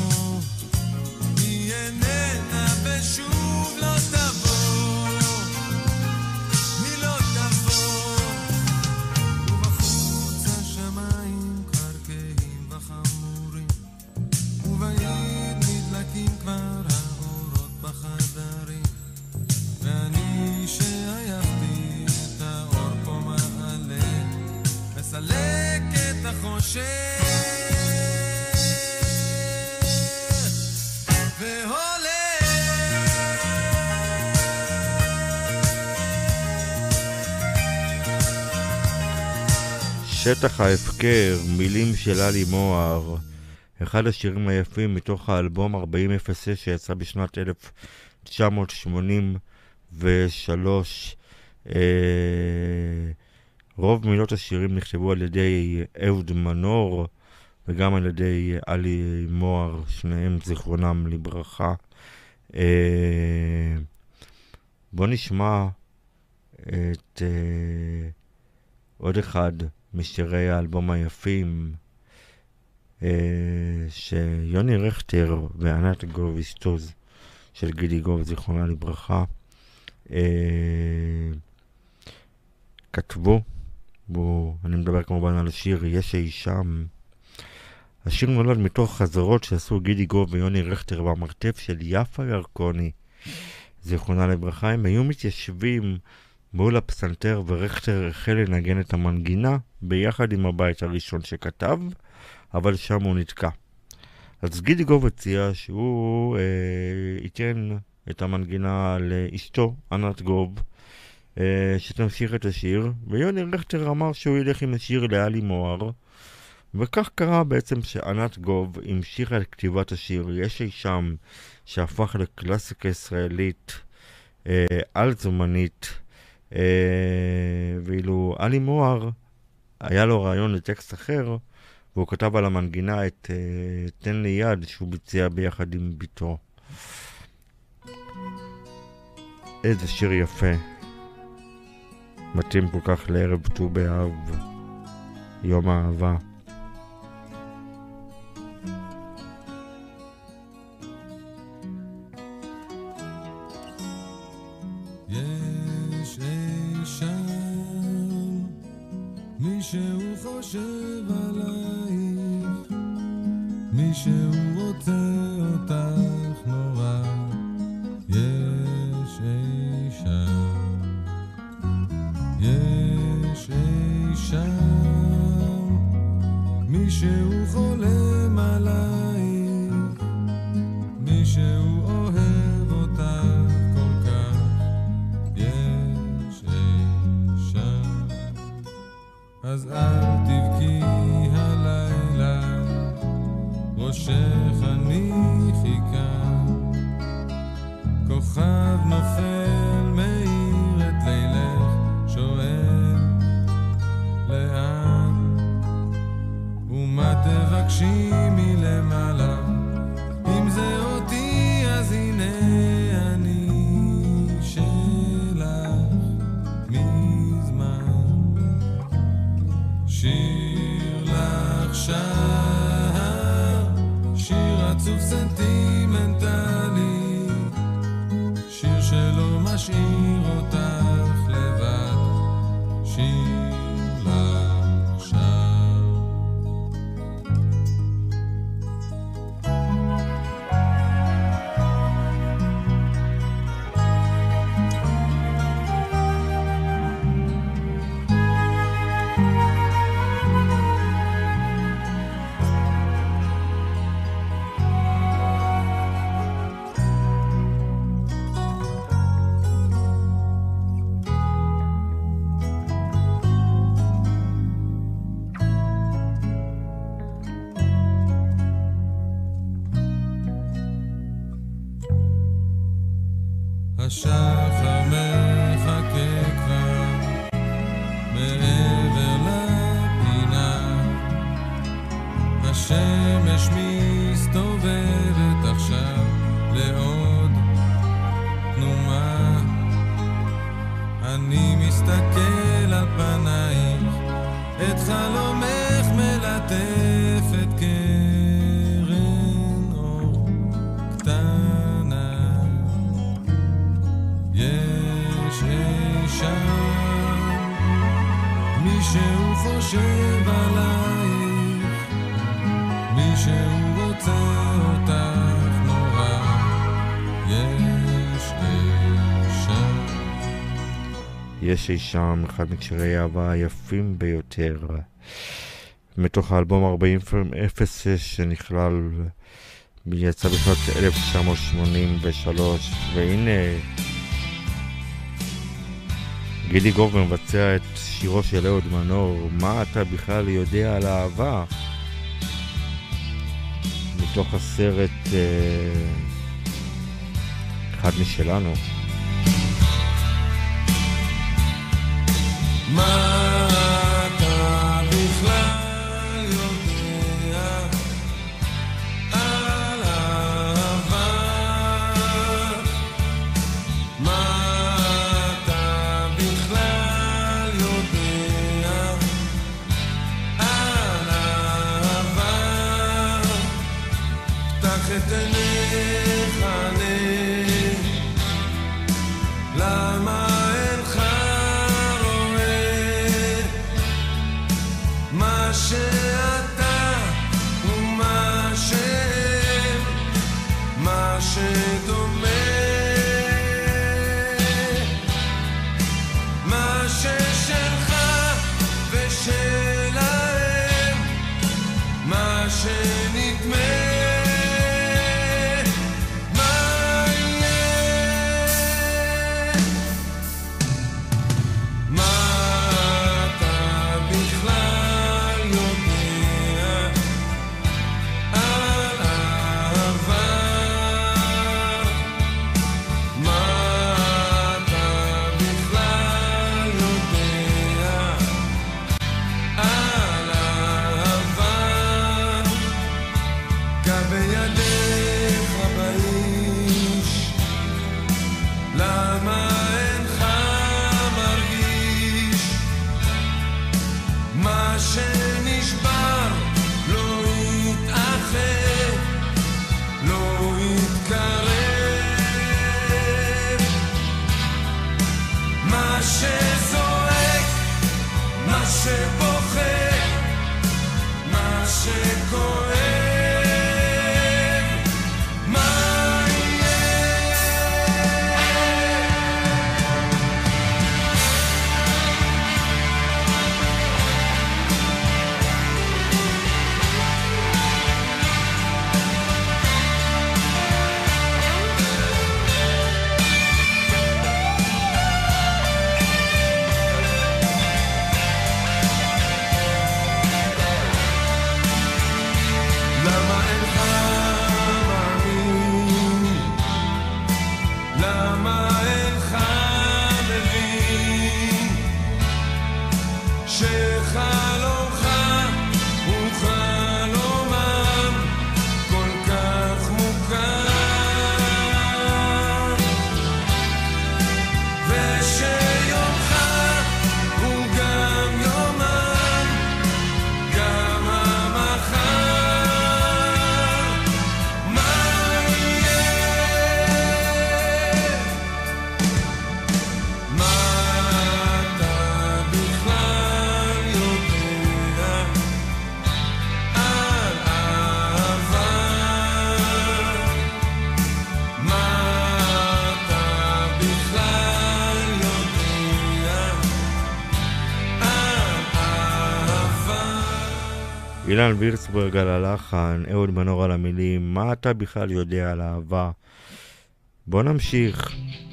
היא איננה ושוב לא תבוא, היא לא תבוא, ובחוץ השמיים קרקעים וחמורים, ובעיר נדלקים כבר האורות בחדרים, ואני שעייפתי את האור פה מעלה, מסלק את החושך והולך. שטח ההפקר, מילים של אלי מוהר, אחד השירים היפים מתוך האלבום ארבעים אפס שש שיצא בשנת אלף תשע מאות שמונים ושלוש. אה, רוב מילות השירים נכתבו על ידי אהוד מנור וגם על ידי אלי מוהר, שניהם זיכרונם לברכה. אה, בוא נשמע את אה, עוד אחד משירי האלבום היפים אה, שיוני רכטר וענת גוב אשתוז של גידי גוב זיכרונה לברכה אה, כתבו. בו, אני מדבר כמובן על השיר יש אי שם. השיר נולד מתוך חזרות שעשו גידי גוב ויוני רכטר במרתף של יפה ירקוני זיכרונה לברכה. הם היו מתיישבים מול הפסנתר ורכטר החל לנגן את המנגינה ביחד עם הבית הראשון שכתב, אבל שם הוא נתקע. אז גידי גוב הציע שהוא אה, ייתן את המנגינה לאשתו ענת גוב אה, שתמשיך את השיר, ויוני רכטר אמר שהוא ילך עם השיר לאלי מוהר, וכך קרה בעצם שענת גוב המשיכה את כתיבת השיר יש אי שם, שהפך לקלאסיקה ישראלית אה, על זמנית. Uh, ואילו אלי מוהר היה לו רעיון לטקסט אחר והוא כתב על המנגינה את uh, תן לי יד שהוא ביצע ביחד עם ביתו. איזה שיר יפה, מתאים כל כך לערב ט"ו באב, יום האהבה. מישהו חושב עלייך, מישהו רוצה אותך נורא, יש אי שם, יש אי שם, מישהו חולם עלייך, מישהו אוהב אותך כל כך, יש אי שם. אז אל תבכי הלילה, ראשך הניחי כאן, כוכב נופל מאיר את לילך, שואל לאן, ומה תבקשי מלמעלה, אם זה אותי אז הנה אני שלך מזמן. שיר לך שר, שיר עצוב סנטימנטלי, שיר שלא משאיר אותך לבד, שיר לך שר. השחר מחכה כבר מעבר לפינה, השמש מסתובבת עכשיו לעוד תנומה, אני מסתכל על פנייך, את חלומך מלטף את קרן אור קטנה, יש אי שם, מישהו חושב עלייך, מישהו רוצה אותך נורא, יש אי שם. יש אי שם, אחד מקשירי האהבה היפים ביותר מתוך האלבום ארבעים אפס שש שנכלל, יצא בשנת אלף תשע מאות שמונים ושלוש. והנה גידי גוב מבצע את שירו של אהוד מנור, מה אתה בכלל יודע על אהבה? מתוך הסרט אה, אחד משלנו. מה אתה בכלל יודע על אהבה? מה אתה בכלל יודע על אהבה? פתח את עיניך עיניך, למה אינך שאתה ומה שהם, מה שדומה, מה ששלך ושלהם, מה שנדמה. אילן וירצברג על הלחן, אהוד מנור על המילים, מה אתה בכלל יודע על אהבה? בוא נמשיך.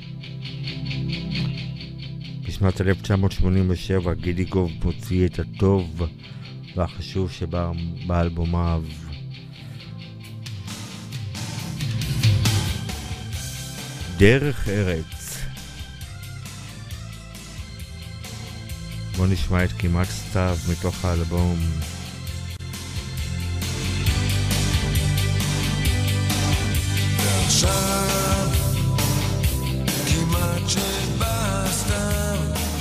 בשנת אלף תשע מאות שמונים ושבע גידי גוב מוציא את הטוב והחשוב שבא באלבומיו. דרך ארץ. בוא נשמע את כמעט סתיו מתוך האלבום. ועכשיו כמעט שבא סתיו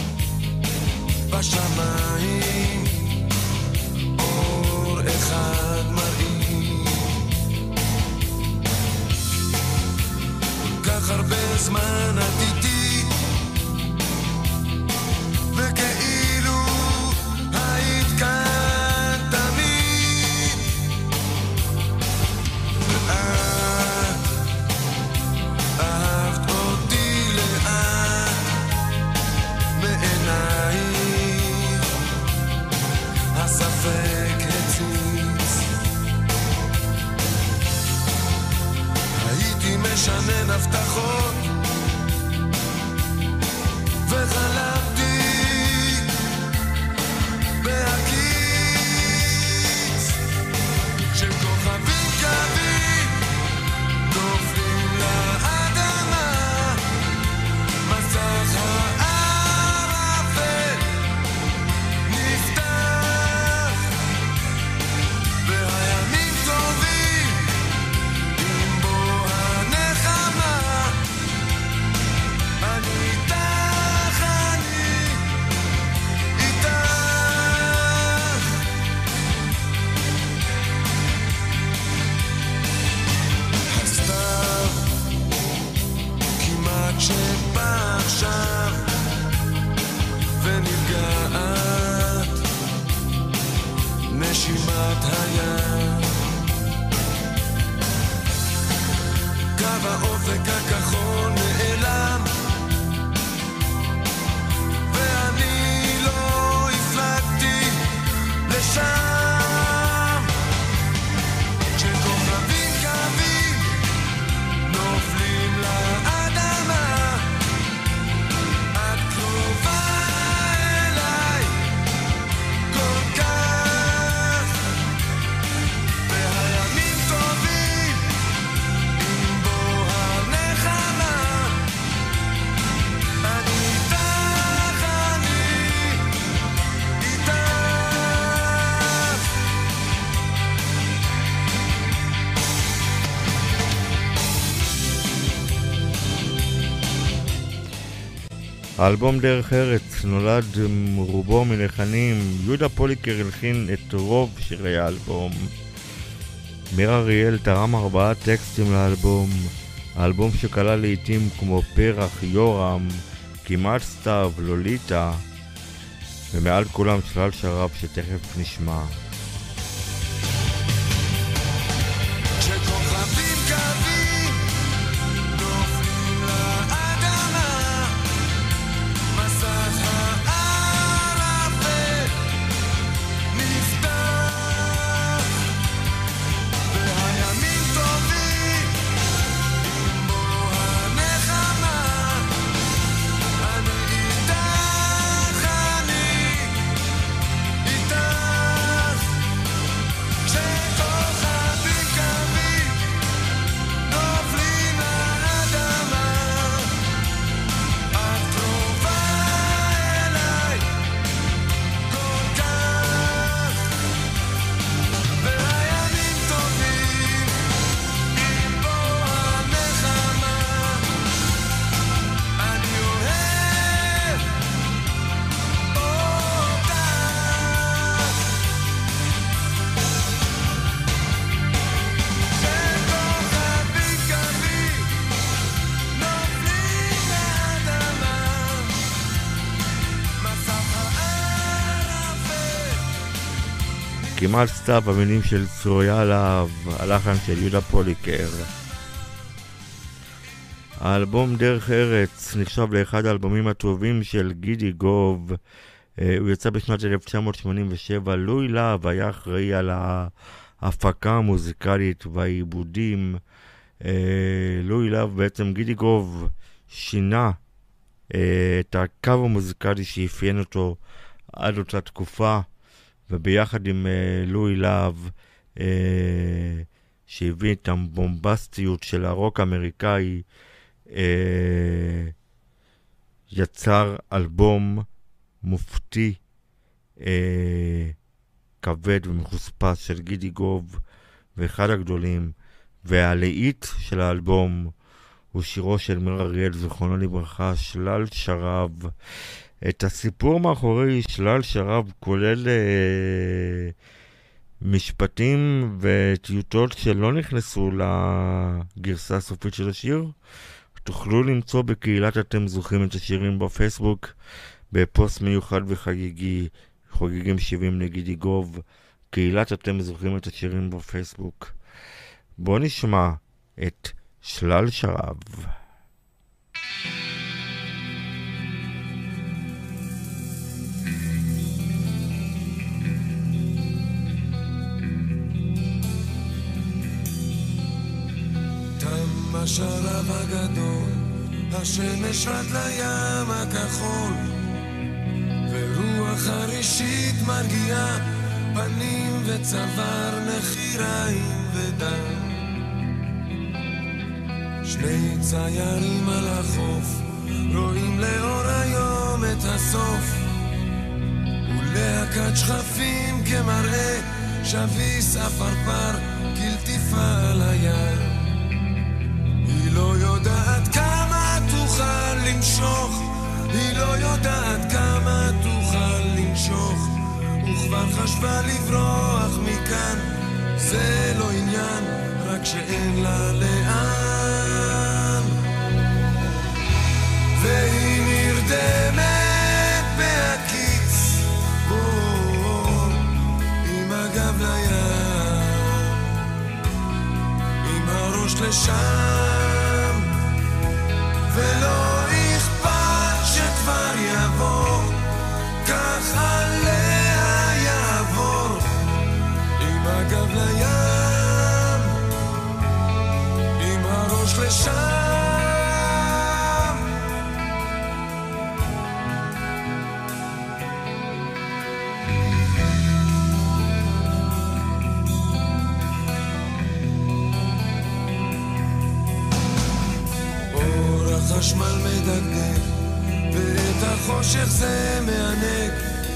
בשמיים אור אחד מראים כל כך הרבה זמן עתידי וכאילו היית כאן תמיד ואת אהבת אותי לאט בעינייך הספק הציץ הייתי משנן הבטחות וחלמתי האלבום דרך ארץ נולד רובו מלחנים, יהודה פוליקר הלחין את רוב שירי האלבום. מאיר אריאל תרם ארבעה טקסטים לאלבום, האלבום שכלל לעיתים כמו פרח, יורם, כמעט סתיו, לוליטה, ומעל כולם שלל שרב שתכף נשמע. כמעט סתיו, המילים של צרויה להב, הלחן של יהודה פוליקר. האלבום דרך ארץ נחשב לאחד האלבומים הטובים של גידי גוב. הוא יצא בשנת אלף תשע מאות שמונים ושבע. לואי להב היה אחראי על ההפקה המוזיקלית והעיבודים. לואי להב, בעצם גידי גוב שינה את הקו המוזיקלי שאפיין אותו עד אותה תקופה, וביחד עם uh, לואי להב, uh, שהביא את הבומבסטיות של הרוק האמריקאי, uh, יצר אלבום מופתי, uh, כבד ומחוספס של גידי גוב, ואחד הגדולים. והלהיט של האלבום הוא שירו של מאיר אריאל, זיכרונו לברכה, שלל שרב. את הסיפור מאחורי שלל שרב כולל אה, משפטים וטיוטות שלא נכנסו לגרסה הסופית של השיר. תוכלו למצוא בקהילת אתם זוכרים את השירים בפייסבוק, בפוסט מיוחד וחגיגי, חוגגים שבעים לגידי גוב, קהילת אתם זוכרים את השירים בפייסבוק. בואו נשמע את שלל שרב. השרב הגדול, השמש רד לים הכחול, ורוח הראשית מרגיעה פנים וצוואר, נחיריים ודם. שני ציירים על החוף רואים לאור היום את הסוף, ולהקת שכפים כמראה שביס אפרפר כלטיפה על הים. היא לא יודעת כמה תוכל למשוך, היא לא יודעת כמה תוכל למשוך, וכבר חשבה לברוח מכאן, זה לא עניין, רק שאין לה לאן. והיא נרדמת בהקיץ, עם הגב לים, עם הראש לשם, ולא אכפת שכבר יבוא, כך עליה יעבור, עם הגב לים, עם הראש לשם. חשמל מדגדג, ואת החושך זה מענג,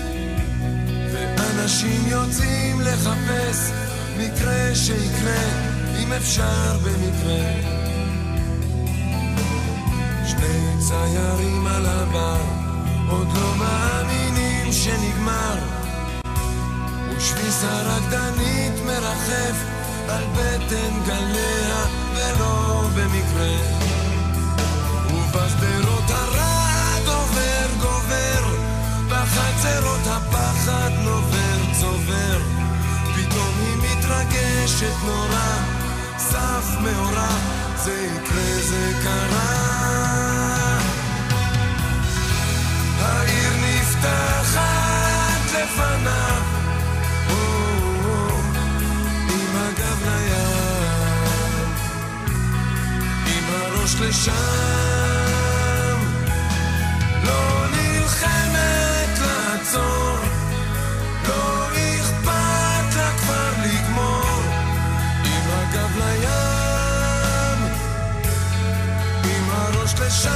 ואנשים יוצאים לחפש מקרה שיקרה, אם אפשר במקרה. שני ציירים על הבר עוד לא מאמינים שנגמר, ושביס הרקדנית מרחף על בטן גליה ולא במקרה, ובשדרות הרעד עובר גובר, בחצרות הפחד נובר צובר, פתאום היא מתרגשת נורא, סף מאורה, זה יקרה זה קרה. העיר נפתחת לפניו, עם הגב לים, עם הראש לשם, לא נלחמת לעצור, לא אכפת לה כבר לגמור, עם הגב לים, עם הראש לשם.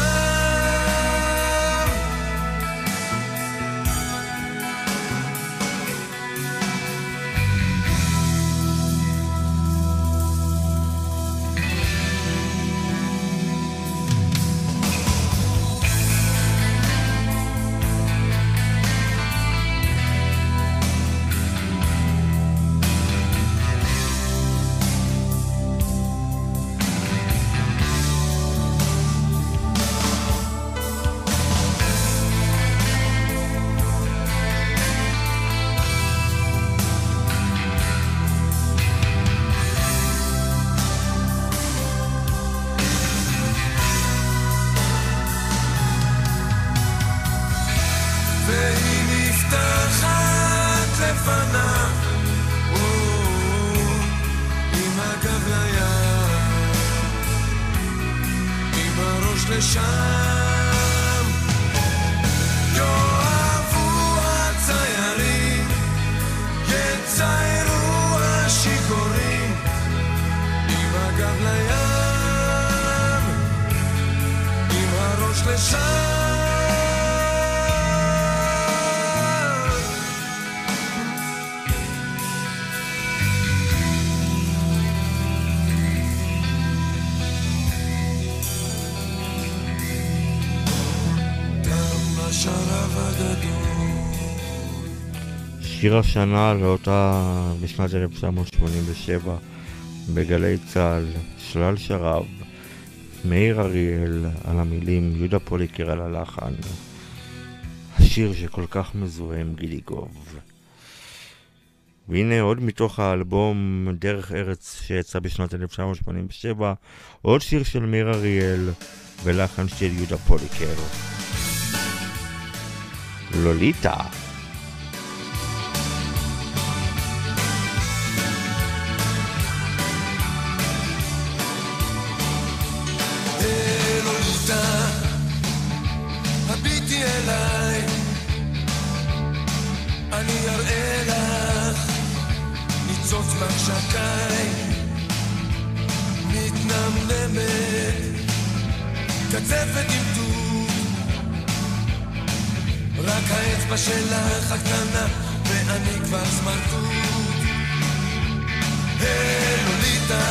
שיר השנה לאותה בשנת אלף תשע מאות שמונים ושבע בגלי צהל, שלל שרב, מאיר אריאל על המילים, יהודה פוליקר על הלחן, השיר שכל כך מזוהה עם גידי גוב. והנה עוד מתוך האלבום דרך ארץ שיצא בשנת אלף תשע מאות שמונים ושבע, עוד שיר של מאיר אריאל ולחן של יהודה פוליקר, לוליטה. הביטי אליי, אני אראה לך ניצוץ מחשקיי, מתנמנמת קצפת עם טוב, רק האצבע שלך הקטנה ואני כבר סמרטוט. היי לוליטה,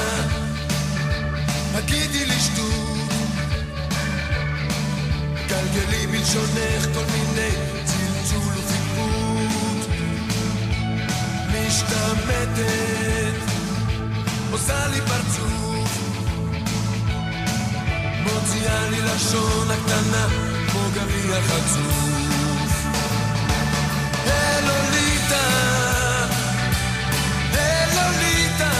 הגידי לי שטות, גלגלי בלשונך כל מיני צלצול ופיפות, משתמטת, עושה לי פרצוף, מוציאה לי לשון הקטנה כמו גביע חצוף. היי לוליטה, היי לוליטה,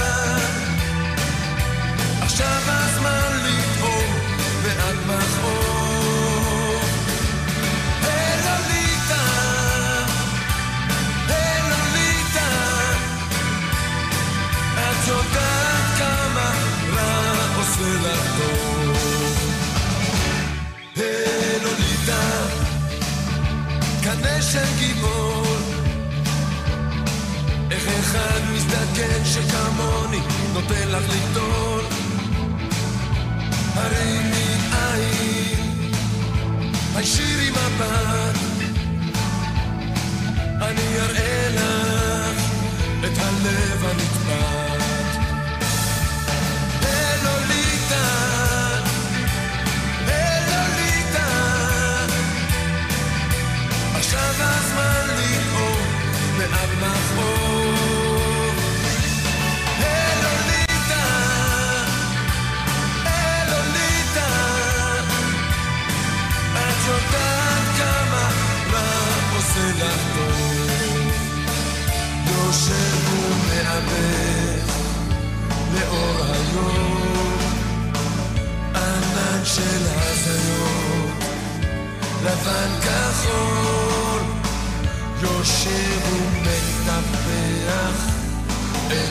עכשיו הזמן לטעום ואת מכאוב. היי לוליטה, היי לוליטה, את יודעת כמה רע עושה לך טוב. היי לוליטה, כנראה של גיבור, איך אחד מזדקן שכמוני נותן לך לגדול. הרימי עין, הישירי מבט, אני אראה לך את הלב הנטבט. היי לוליטה, היי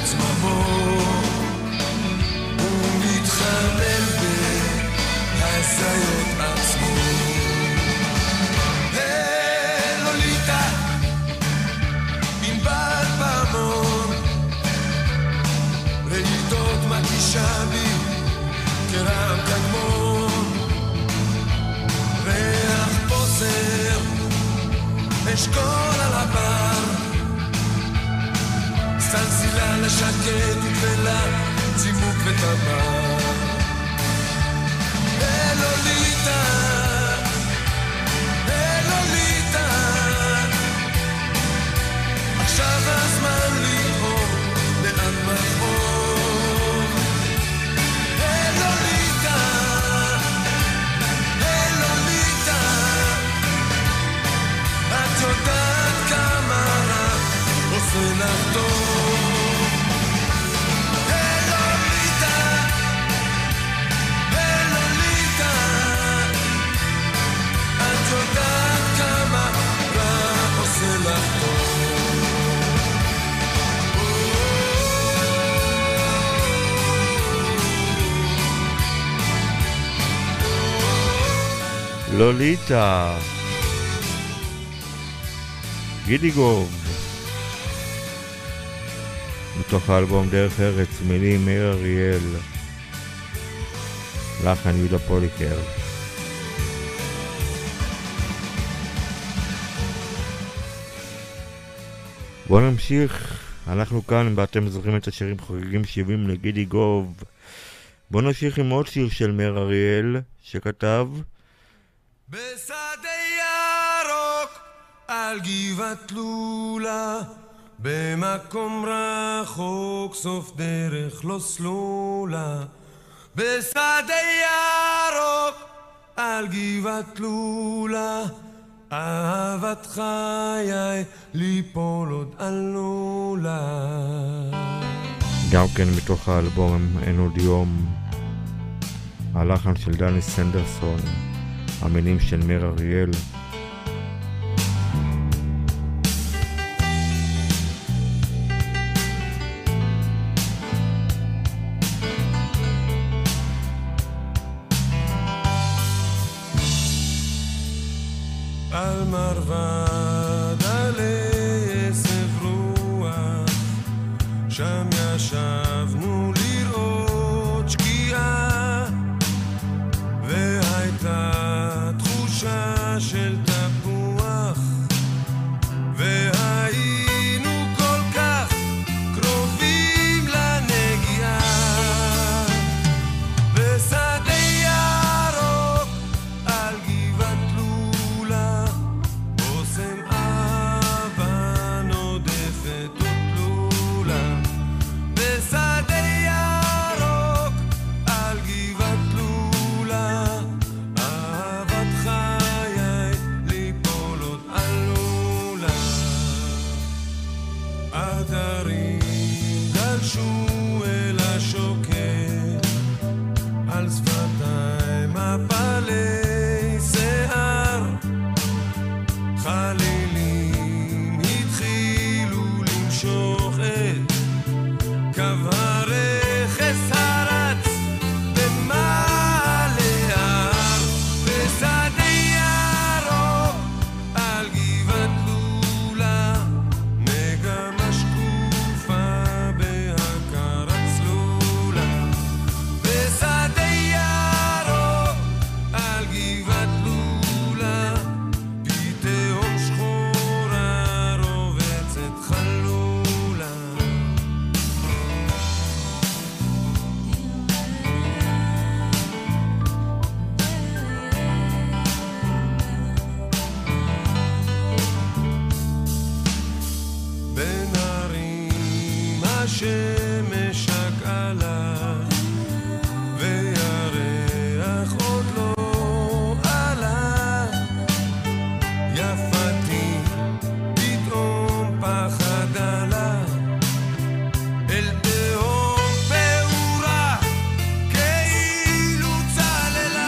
עצמו ומתחמם בהזיות עצמו. לוליטה עם בת פעמון רעידות מקישה בי כרם קדמון ריח בוסר אשכול על הבר סלסילה לשקט ותבלה צימוק וטמר. לוליטה לוליטה עכשיו הזמן לראות לאן מחור. לוליטה לוליטה את יודעת כמה רע עושה לך טוב. לוליטה לוליטה את יודעת כמה רע עושה לך טוב. לוליטה, גידי גוב, מתוך האלבום דרך ארץ, מילים מאיר אריאל, לחן יהודה פוליקר. בואו נמשיך, אנחנו כאן ואתם זוכרים את השירים חוגגים שבעים לגידי גוב. בואו נמשיך עם עוד שיר של מאיר אריאל שכתב בשדה ירוק על גבעת לולה במקום רחוק סוף דרך לא סלולה. בשדה ירוק על גבעת לולה אהבת חיי ליפול עוד עלולה. גם כן מתוך האלבום אין עוד יום, הלחן של דני סנדרסון, המילים של מאיר אריאל. על מרבד עלי עשב רוח שם ישבנו לראות שקיעה והייתה תחושה של תפוח והיינו כל כך קרובים לנגיעה. בשדה ירוק על גבעת לולה בושם אבן עודפת ותלולה. בשדה ירוק על גבעת לולה אהבת חיי ליפול עוד עלולה. עדרים גלשו אל השוקר על שפתיים מפלי שיער חלילים התחילו למשוך את קו הרכס הרץ במעלה ההר. בשדה ירוק על גבעת לולה מגמה שקופה בהכרה צלולה. בשדה ירוק על גבעת לולה פתאום שחורה רובצת חלולה. בין הרים השמש שקעלה והירח עוד לא עלה. יפתי פתאום פחד עלה אל תהום פעורה כאילו צללה.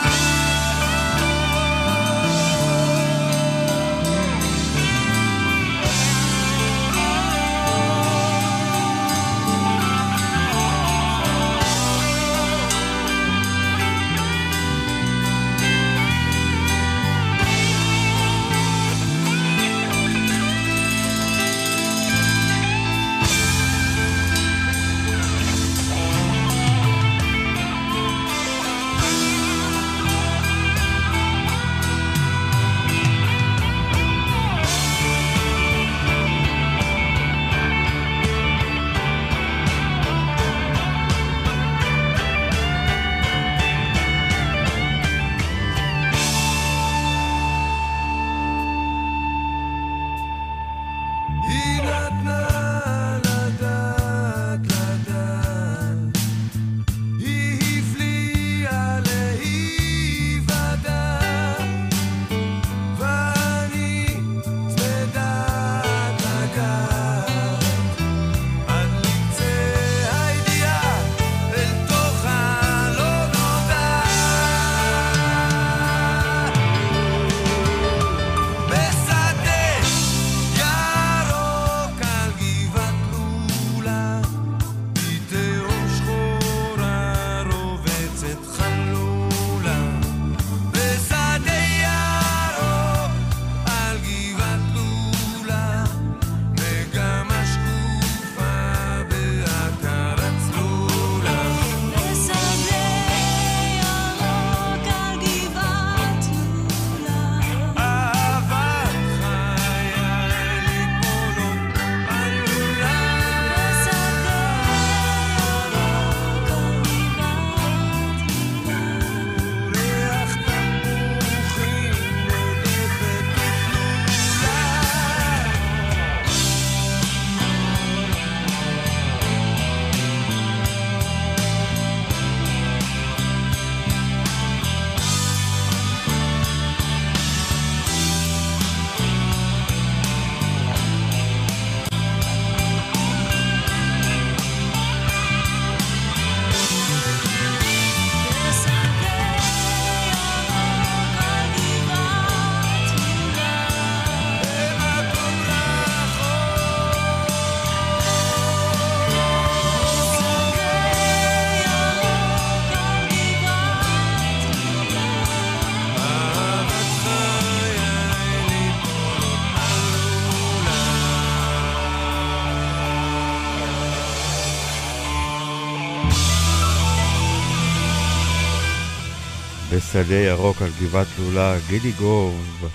בשדה ירוק על גבעת לולה, גידי גוב.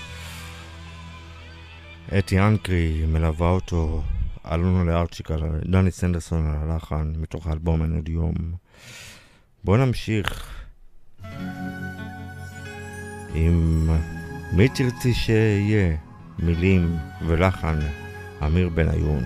אתי אנקרי מלווה אותו, אלונה לארצ'יק, דני סנדרסון על הלחן, מתוך האלבום אין עוד יום. בואו נמשיך עם מי תרצי שיהיה, מילים ולחן, אמיר בניון.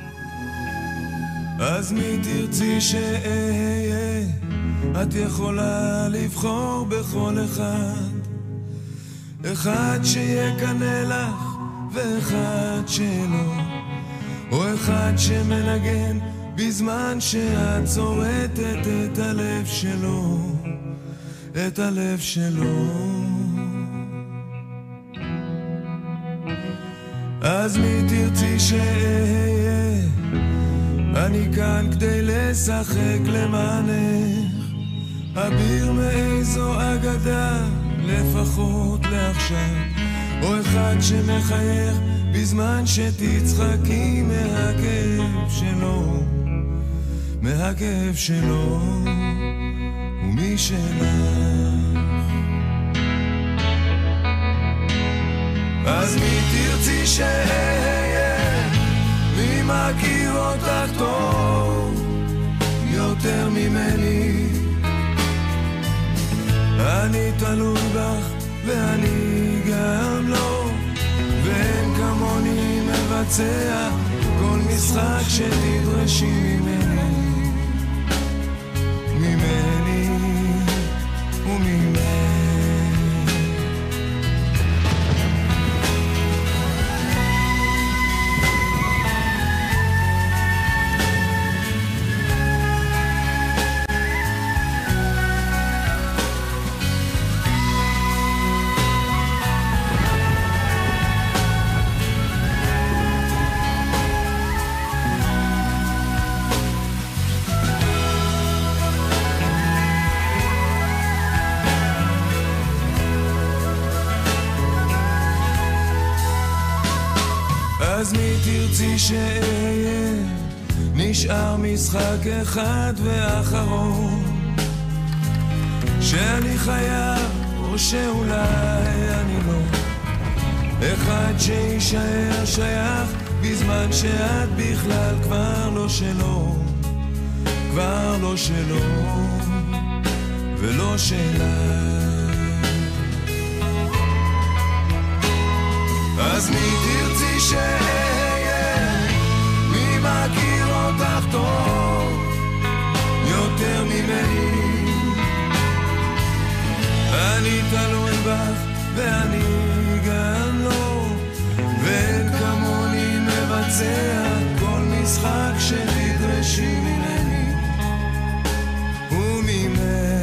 אז מי תרצי שאהיה, את יכולה לבחור בכל אחד, אחד שיקנה לך ואחד שלא, או אחד שמנגן בזמן שאת צורטת את הלב שלו, את הלב שלו. אז מי תרצי שאהיה, אני כאן כדי לשחק למענך, אביר מאיזו אגדה לפחות לעכשיו, או אחד שמחייך בזמן שתצחקי מהכאב שלו, מהכאב שלו ומי שלך. אז מי תרצי שאהיה, מי מכיר אותך טוב יותר ממני, אני תלוי בך ואני גם לא, ואין כמוני מבצע כל משחק שתדרשי ממני, ממני וממני. אז מי תרצי שאהיה, נשאר משחק אחד ואחרון, שאני חייב או שאולי אני לא, אחד שישאר שייך בזמן שאת בכלל כבר לא שלו, כבר לא שלו ולא שלה. אז מי תרצי שאהיה, מי מכיר אותך טוב יותר ממני, אני תלוי בך ואני גם לא, ואין כמוני מבצע כל משחק שתדרשי ממני וממך.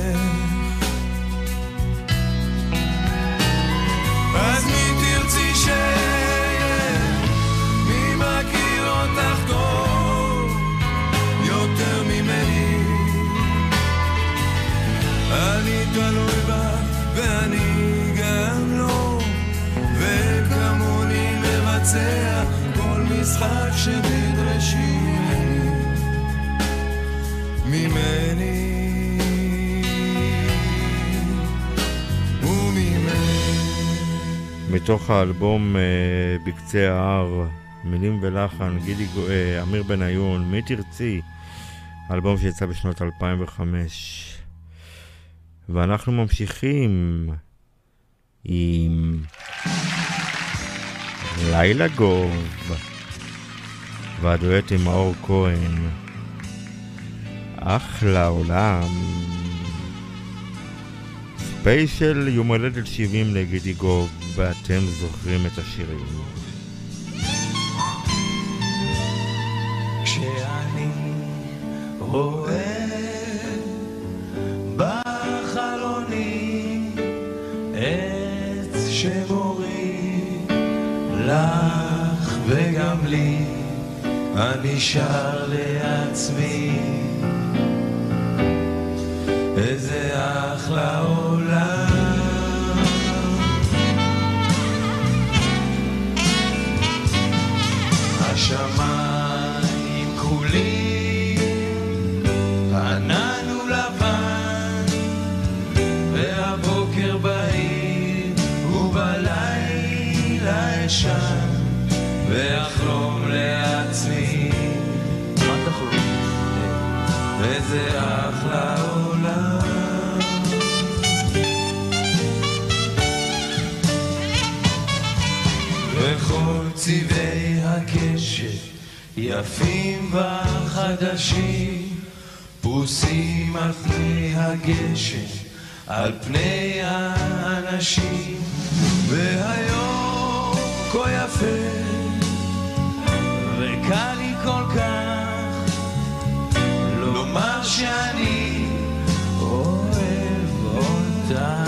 אז מי תרצי שאהיה, מי מכיר אותך טוב יותר ממני, אני תלוי בך ואני גם לא, וכמוני מבצע כל משחק שתדרשי ממני, ממני וממני. מתוך האלבום uh, בקצה ההר, מילים ולחן, גידי, uh, אמיר בניון, מי תרצי, אלבום שיצא בשנות אלפיים וחמש. ואנחנו ממשיכים עם לילה גוב והדואט עם מאור כהן, אחלה עולם, ספיישל יום הולדת שבעים לגידי גוב, ואתם זוכרים את השירים. כשאני רואה בחלוני עץ שמוריד לך וגם לי, אני שר לעצמי איזה אחלה עולם. השמיים כחולים, הענן הוא לבן, והבוקר איזה אחלה עולם. וכל צבעי הקשת יפים וחדשים, פרוסים על פני הגשם, על פני האנשים. והיום כה יפה וקל לי כל כך לומר שאני אוהב אותה.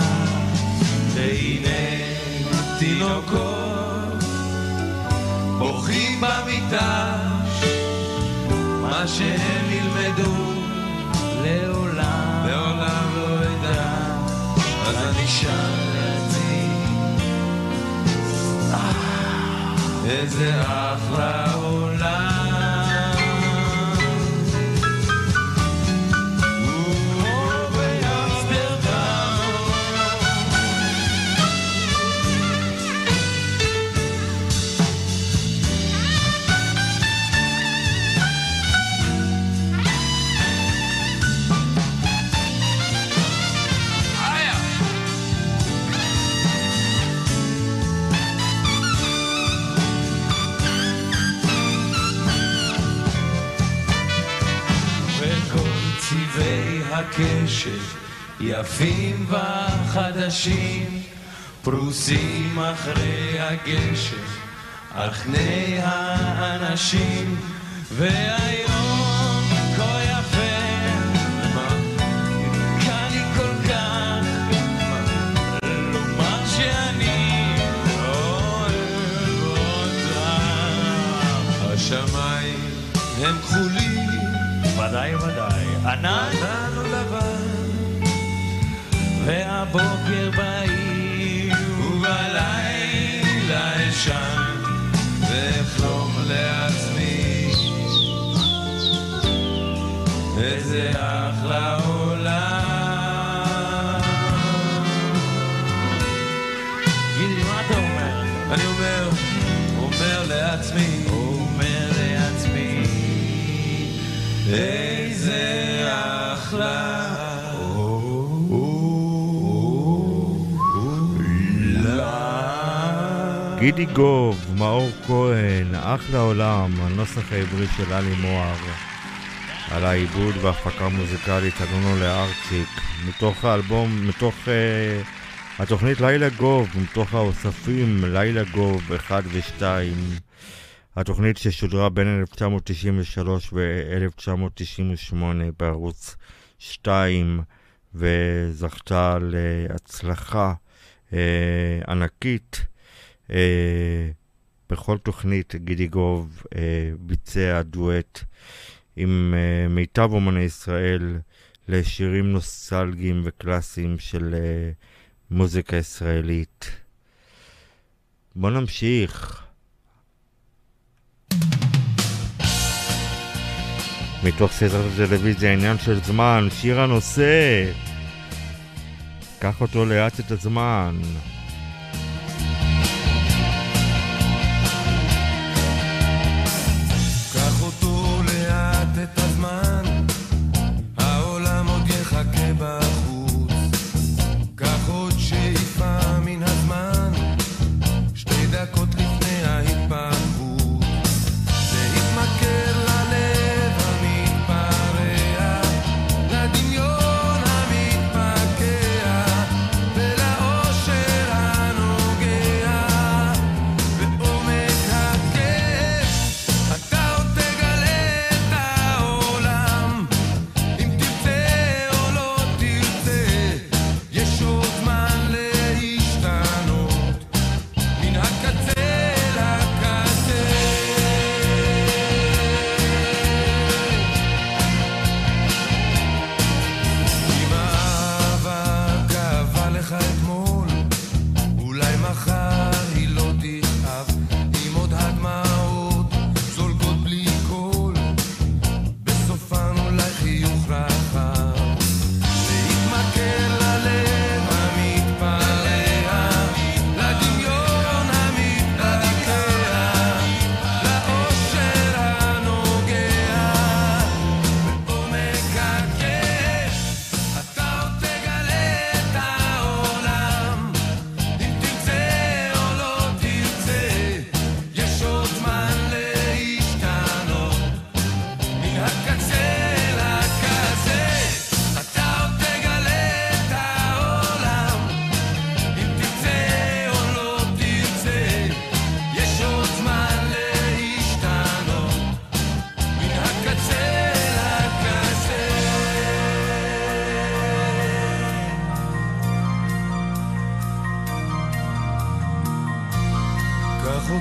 והנה תינוקות בורחים במיטה, מה שהם ילמדו לעולם, לעולם לא אדע. אז אני שם לעצמי, איזה אחלה עולם. הקשת יפים וחדשים, פרוסים אחרי הגשם על פני האנשים. והיום כה יפה, קל לי כל כך לומר שאני אוהב אותה. השמיים הם כחולים, ודאי ודאי ענן לבן, והבוקר בעיר ובלילה אשן ואחלום לעצמי איזה אחלה עולם. גידי, מה אתה אומר? אני אומר, אומר לעצמי, אומר לעצמי איזה אחלה גידי גוב, מאור כהן, אחלה עולם, הנוסח העברי של אלי מוהר, על העיבוד וההפקה מוזיקלית אלונו לארצ'יק, מתוך האלבום, מתוך uh, התוכנית לילה גוב, מתוך האוספים לילה גוב אחד ושתיים, התוכנית ששודרה בין אלף תשע מאות תשעים ושלוש ו-אלף תשע מאות תשעים ושמונה בערוץ שתיים, וזכתה להצלחה uh, ענקית. Uh, בכל תוכנית גידי גוב uh, ביצע דואט עם uh, מיטב אומני ישראל לשירים נוסטלגיים וקלאסיים של uh, מוזיקה ישראלית. בוא נמשיך. מתוך סדרת הטלוויזיה עניין של זמן, שיר הנושא, קח אותו לאט את הזמן. את הזמן, העולם עוד יחכה בחוץ, קח עוד שאיפה מן הזמן, שתי דקות לפני ההתפרקות, להתמכר ללב המתפרע, לדמיון המתפקע, ולאושר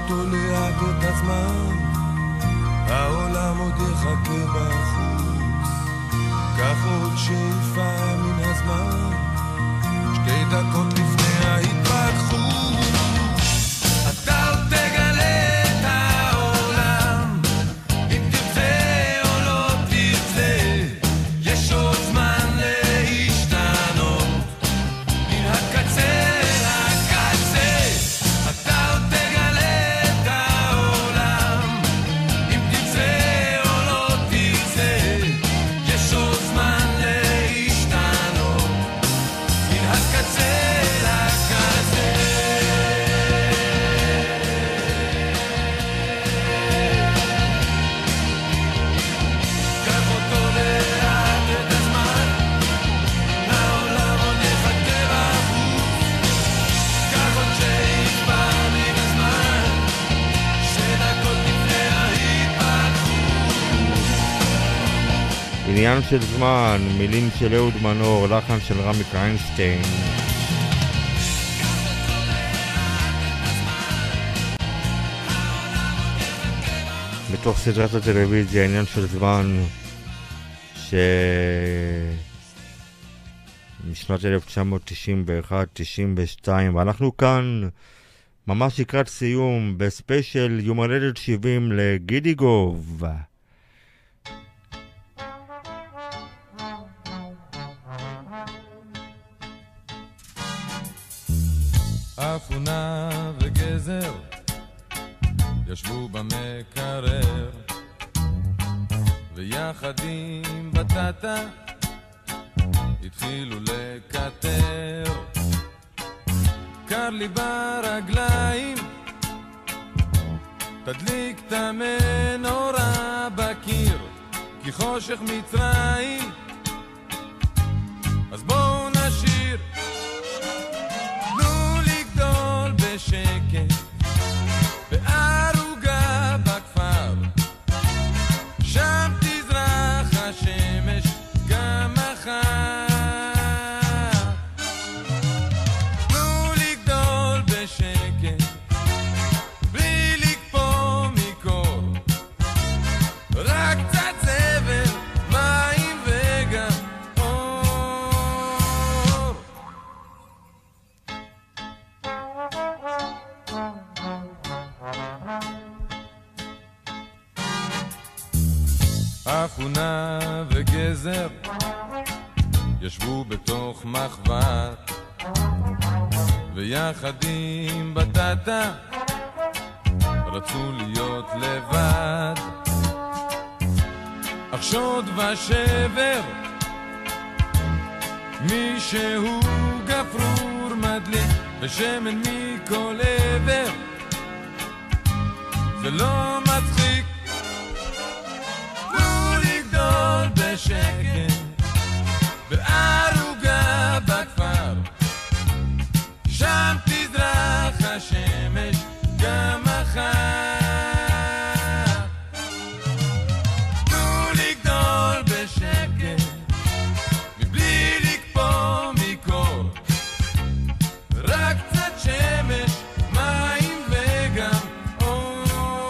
אותו לאט את הזמן, העולם עוד יחכה בחוץ. קח עוד שאיפה מן הזמן, שתי דקות לפני ההתפתחות. אתה עוד תגלה את העולם, אם תרצה או לא תרצה, יש עוד זמן להשתנות, מן הקצה לקצה. אתה עוד תגלה את העולם, אם תרצה או לא תרצה, יש עוד זמן להשתנות, מן הקצה לקצה. קח אותו לאט את הזמן, העולם עוד יחכה בחוץ. קח עוד שאיפה מן הזמן, שתי דקות לפני ההתפתחות. עניין של זמן, מילים של אהוד מנור, לחן של רמי איינשטיין. בתוך סדרת הטלוויזיה עניין של זמן ש... משנת אלף תשע מאות תשעים ואחת תשעים ושתיים, ואנחנו כאן ממש לקראת סיום בספיישל יום הולדת שבעים לגידי גוב. אפונה וגזר ישבו במקרר, ויחד עם בטטה התחילו לקטר. קר לי ברגליים, תדליק את המנורה בקיר, כי חושך מצרים, אז בואו נשיר. תנו לגדול בשקט בערוגה בכפר, שם תזרח השמש גם מחר. תנו לגדול בשקט בלי לקפוא מקור, רק קצת זבל, מים וגם אור. אפונה וגזר ישבו בתוך מחבר, ויחד עם בטטה רצו להיות לבד. אך שוד ושבר, מישהו גפרור מדליק ושמן מכל עבר, זה לא מצחיק. בשקט בערוגה בכפר, שם תזרח השמש גם מחר. תנו לגדול בשקט מבלי לקפוא מקור, רק קצת שמש, מים וגם אור.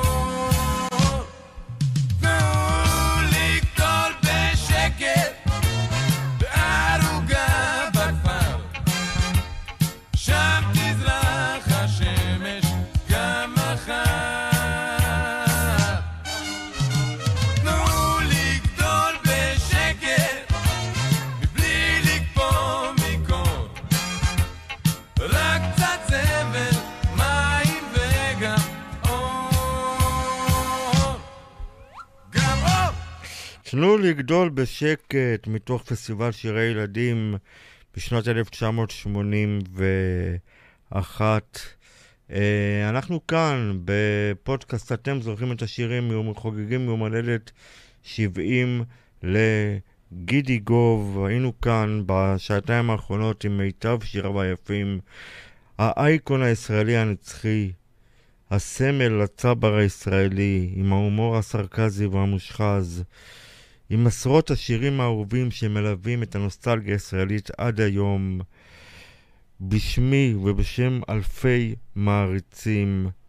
תנו לגדול בשקט, מתוך פסטיבל שירי ילדים בשנת אלף תשע מאות שמונים ואחת. אנחנו כאן בפודקאסט אתם זוכרים את השירים, חוגגים יום הולדת שבעים לגידי גוב. היינו כאן בשעתיים האחרונות עם מיטב שיריו היפים, האייקון הישראלי הנצחי, הסמל לצבר הישראלי, עם ההומור הסרקזי והמושחז, עם עשרות השירים האהובים שמלווים את הנוסטלגיה הישראלית עד היום. בשמי ובשם אלפי מעריצים,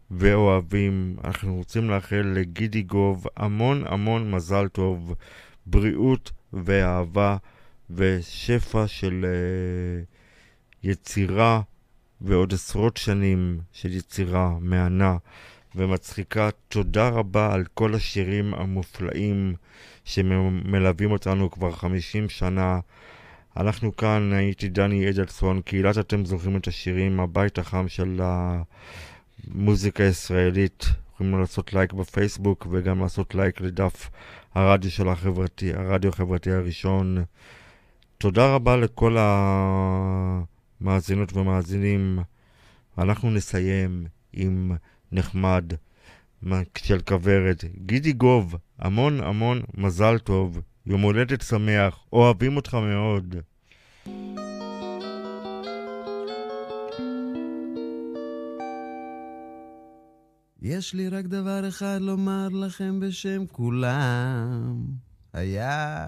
ואוהבים. אנחנו רוצים לאחל לגידי גוב המון המון מזל טוב, בריאות ואהבה ושפע של uh, יצירה ועוד עשרות שנים של יצירה מהנה ומצחיקה. תודה רבה על כל השירים המופלאים שמלווים אותנו כבר חמישים שנה. אנחנו כאן, הייתי דני אדלסון, קהילת אתם זוכרים את השירים, הבית החם של המוזיקה הישראלית. יכולים לעשות לייק בפייסבוק וגם לעשות לייק לדף הרדיו של החברתי, הרדיו החברתי הראשון. תודה רבה לכל המאזינות ומאזינים. אנחנו נסיים עם נחמד של כברת. גידי גוב, המון המון מזל טוב, יום הולדת שמח, אוהבים אותך מאוד. יש לי רק דבר אחד לומר לכם בשם כולם. היה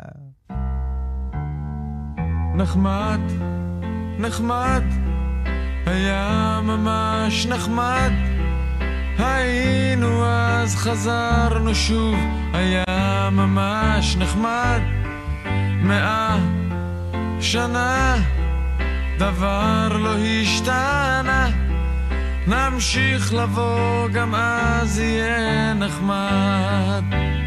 נחמד, נחמד, היה ממש נחמד. היינו אז חזרנו שוב, היה ממש נחמד. מאה שנה דבר לא השתנה, נמשיך לבוא גם אז יהיה נחמד.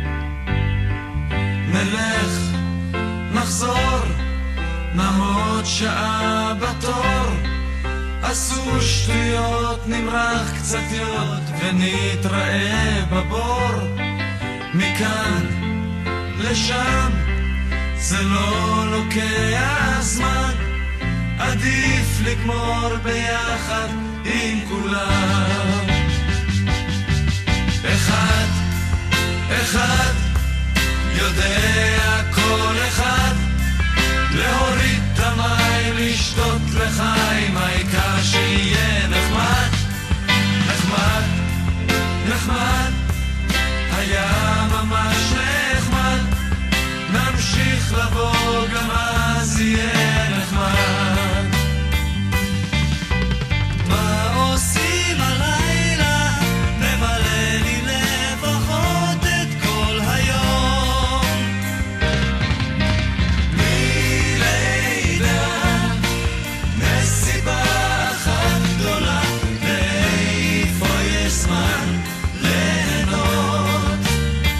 נלך, נחזור, נעמוד שעה בתור, עשו שטויות, נמרח קצת יוד ונתראה בבור. מכאן לשם זה לא לוקח זמן, עדיף לגמור ביחד עם כולם. אחד, אחד, יודע כל אחד, להוריד את המים, לשתות לחיים, העיקר שיהיה נחמד. נחמד, נחמד, היה ממש נחמד, נמשיך לבוא גם אז יהיה נחמד. מה עושים הלילה? מבלה לי לפחות את כל היום. מלידה מסיבה אחת גדולה, ואיפה יש זמן ליהנות.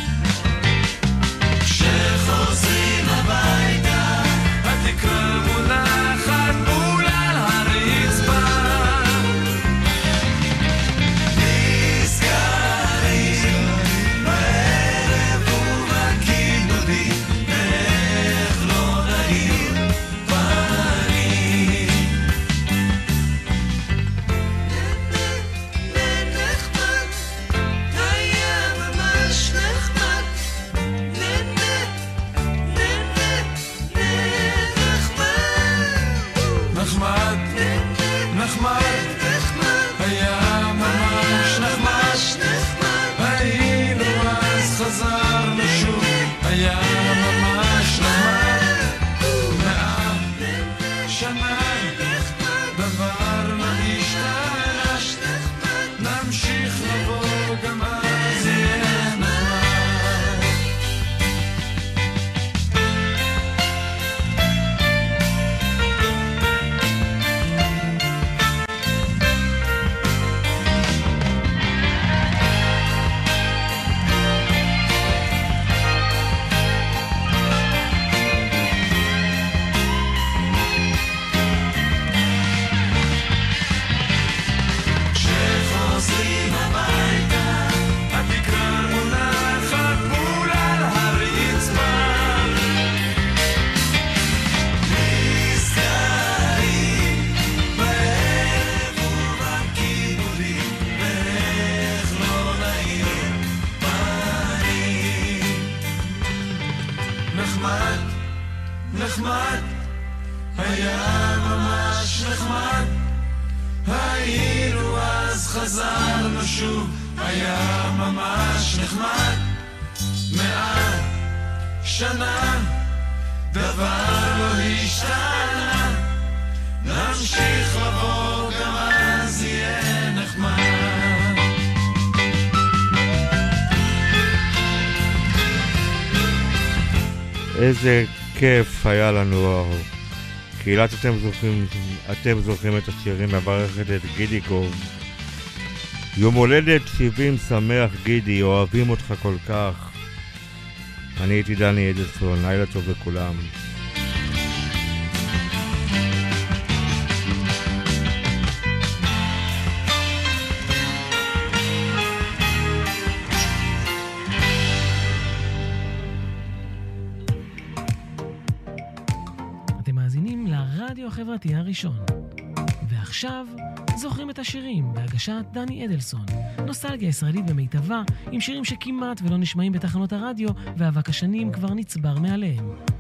כשחוזרים הביתה התקרה מונחת מול על הרצפה, נזכרים בערב ובכיבודים, ואיך לא נעים פנים. נחמד, היה ממש נחמד. נחמד, נחמד, היה ממש נחמד. היינו אז חזרנו שוב, היה ממש נחמד. מאה שנה דבר לא השתנה, נמשיך לבוא גם אז יהיה נחמד. כשחוזרים הביתה התקרה מונחת מול על הרצפה, נזכרים בערב ובכיבודים, ואיך לא נעים פנים. נחמד, נחמד, היה ממש נחמד. היינו אז חזרנו שוב, היה ממש נחמד. מאה שנה דבר לא השתנה, נמשיך לבוא גם אז יהיה נחמד. איזה כיף היה לנו. קהילת אתם זוכרים, אתם זוכרים את השירים, מברכת את גידי גוב. יום הולדת שבעים שמח גידי, אוהבים אותך כל כך. אני הייתי דני אדלסון, לילה טוב לכולם. הרדיו החברתי הראשון. ועכשיו זוכרים את השירים בהגשת דני אדלסון. נוסטלגיה ישראלית במיטבה, עם שירים שכמעט ולא נשמעים בתחנות הרדיו, ואבק השנים כבר נצבר מעליהם.